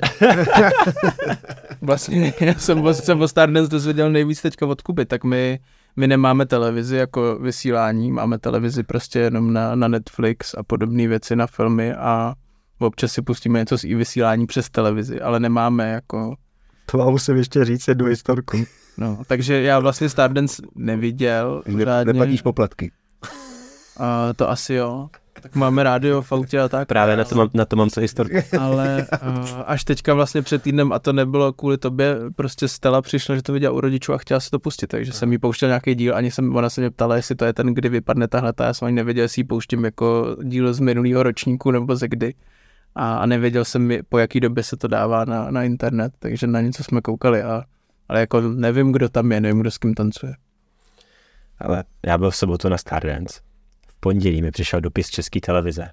Vlastně já jsem o Stardance dozvěděl nejvíc teďka od Kuby, tak my nemáme televizi jako vysílání, máme televizi prostě jenom na Netflix a podobné věci, na filmy a občas si pustíme něco z vysílání přes televizi, ale nemáme jako... To vám musím ještě říct jednu historku. No, takže já vlastně Stardance neviděl. Neplatíš poplatky. To asi jo. Tak máme rádio v autě a tak. Právě na to mám co historku. Ale až teďka vlastně před týdnem, a to nebylo kvůli tobě, prostě Stella přišla, že to viděla u rodičů a chtěla si to pustit, takže jsem jí pouštěl nějaký díl, ona se mě ptala, jestli to je ten, kdy vypadne tahle, já jsem ani nevěděl, jestli jí pouštím jako díl z minulého ročníku nebo ze kdy. A nevěděl jsem, po jaký době se to dává na internet, takže na něco jsme koukali, ale jako nevím, kdo tam je, nevím, kdo s kým tancuje. Ale já byl v sobotu na Stardance. V pondělí mi přišel dopis z České televize.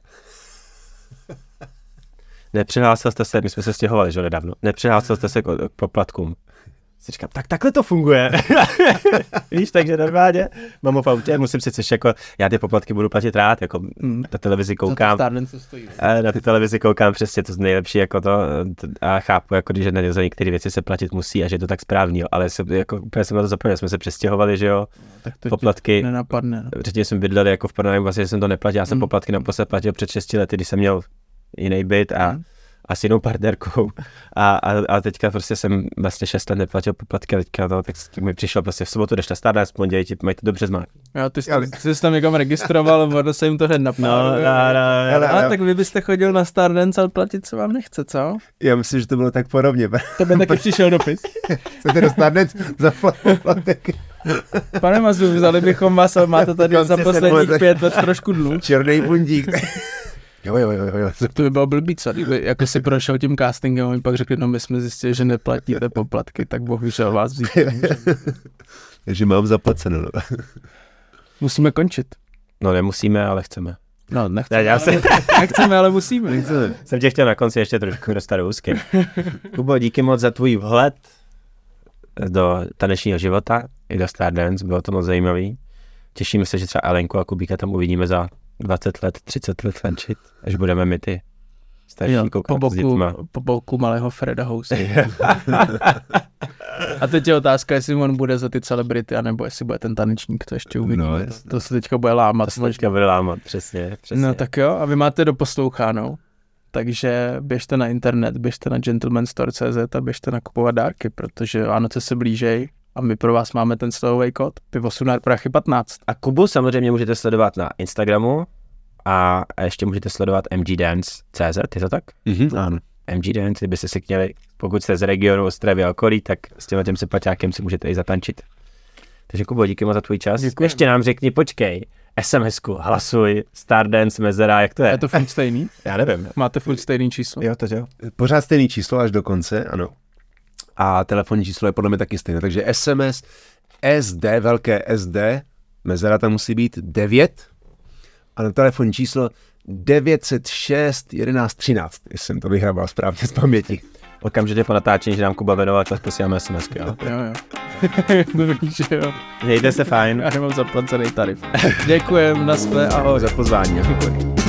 Nepřihlásil jste se, my jsme se stěhovali, že nedávno, nepřihlásil jste se k poplatkům. Si říkám, tak takhle to funguje. Víš, takže normálně mám v autě, musím si což jako, já ty poplatky budu platit rád, jako na televizi koukám. Na ty televizi koukám přesně, to nejlepší jako to a chápu, jako když za některé věci se platit musí a že je to tak správný, jo, ale jako úplně jsem na to zapomněl, jsme se přestěhovali, že jo, tak to poplatky. Nenapadne. No. Předtím jsme bydleli jako v Parnavě, vlastně jsem to neplatil, já jsem poplatky naposled platil před 6 lety, když jsem měl jiný byt a s jinou partnerkou a teďka prostě jsem vlastně 6 let neplatil poplatky a teďka to, tak mi přišlo prostě v sobotu, jdeš na Stardance, v pondělí ti mají to dobře zmát. Jo, ty jsi tam někam registroval, ono se jim to hned napnalo. Ale tak vy byste chodil na Stardance, ale platit se vám nechce, co? Já myslím, že to bylo tak podobně. Tebe taky přišel dopis. Chcete do Stardance za poplatek? Pane Mazu, vzali bychom vás, ale máte tady za posledních 5 let trošku dluh. Černý bundík. Jo. To by bylo blbý, co? Kdyby jako si prošel tím castingem a mi pak řekli, no my jsme zjistili, že neplatíte poplatky, tak bohužel vás vzít. Takže mám zaplaceno. No. Musíme končit. No nemusíme, ale chceme. No nechceme, ale musíme. Jsem tě chtěl na konci ještě trošku dostat do úzky. Kubo, díky moc za tvůj vhled do tanečního života i do Stardance, bylo to moc zajímavý. Těšíme se, že třeba Alenku a Kubíka tam uvidíme za 20 let, 30 let tančit, až budeme my ty starší koukat s dětma. Po boku malého Freda House. A teď je otázka, jestli on bude za ty celebrity, anebo jestli bude ten tanečník, to ještě uvidíme. No, to se teďka bude lámat. To se teďka bude lámat, přesně. No tak jo, a vy máte doposloucháno, takže běžte na internet, běžte na gentlemanstore.cz a běžte nakupovat dárky, protože Vánoce se blížej. A my pro vás máme ten slovový kód Pivo Sunar Prachy 15. A Kubu samozřejmě můžete sledovat na Instagramu a ještě můžete sledovat mgdance.cz, je to tak? Ano. MGDance, kdybyste si chtěli, pokud jste z regionu Ostravy a okolí, tak s těmhle sympatiákem si můžete i zatančit. Takže Kubo, díky moc za tvůj čas. Děkuji. Ještě nám řekni, počkej, SMS-ku, hlasuj, Stardance, Mezera, jak to je? Je to furt stejný? Já nevím. Máte furt stejný číslo? Jo, to jo. Pořád stejný číslo až do konce, ano. A telefonní číslo je podle mě taky stejné. Takže SMS, SD, velké SD, mezera tam musí být 9 a na telefonní číslo 906 11 13, jestli jsem to vyhrával správně z paměti. Okamžitě po natáčení, že nám Kuba věnoval čas, posíláme SMSky, jo? Jo. Jo. Mějte se fajn. Já nemám zaplacený tarif. Děkujem, naschle, ahoj. Za pozvání.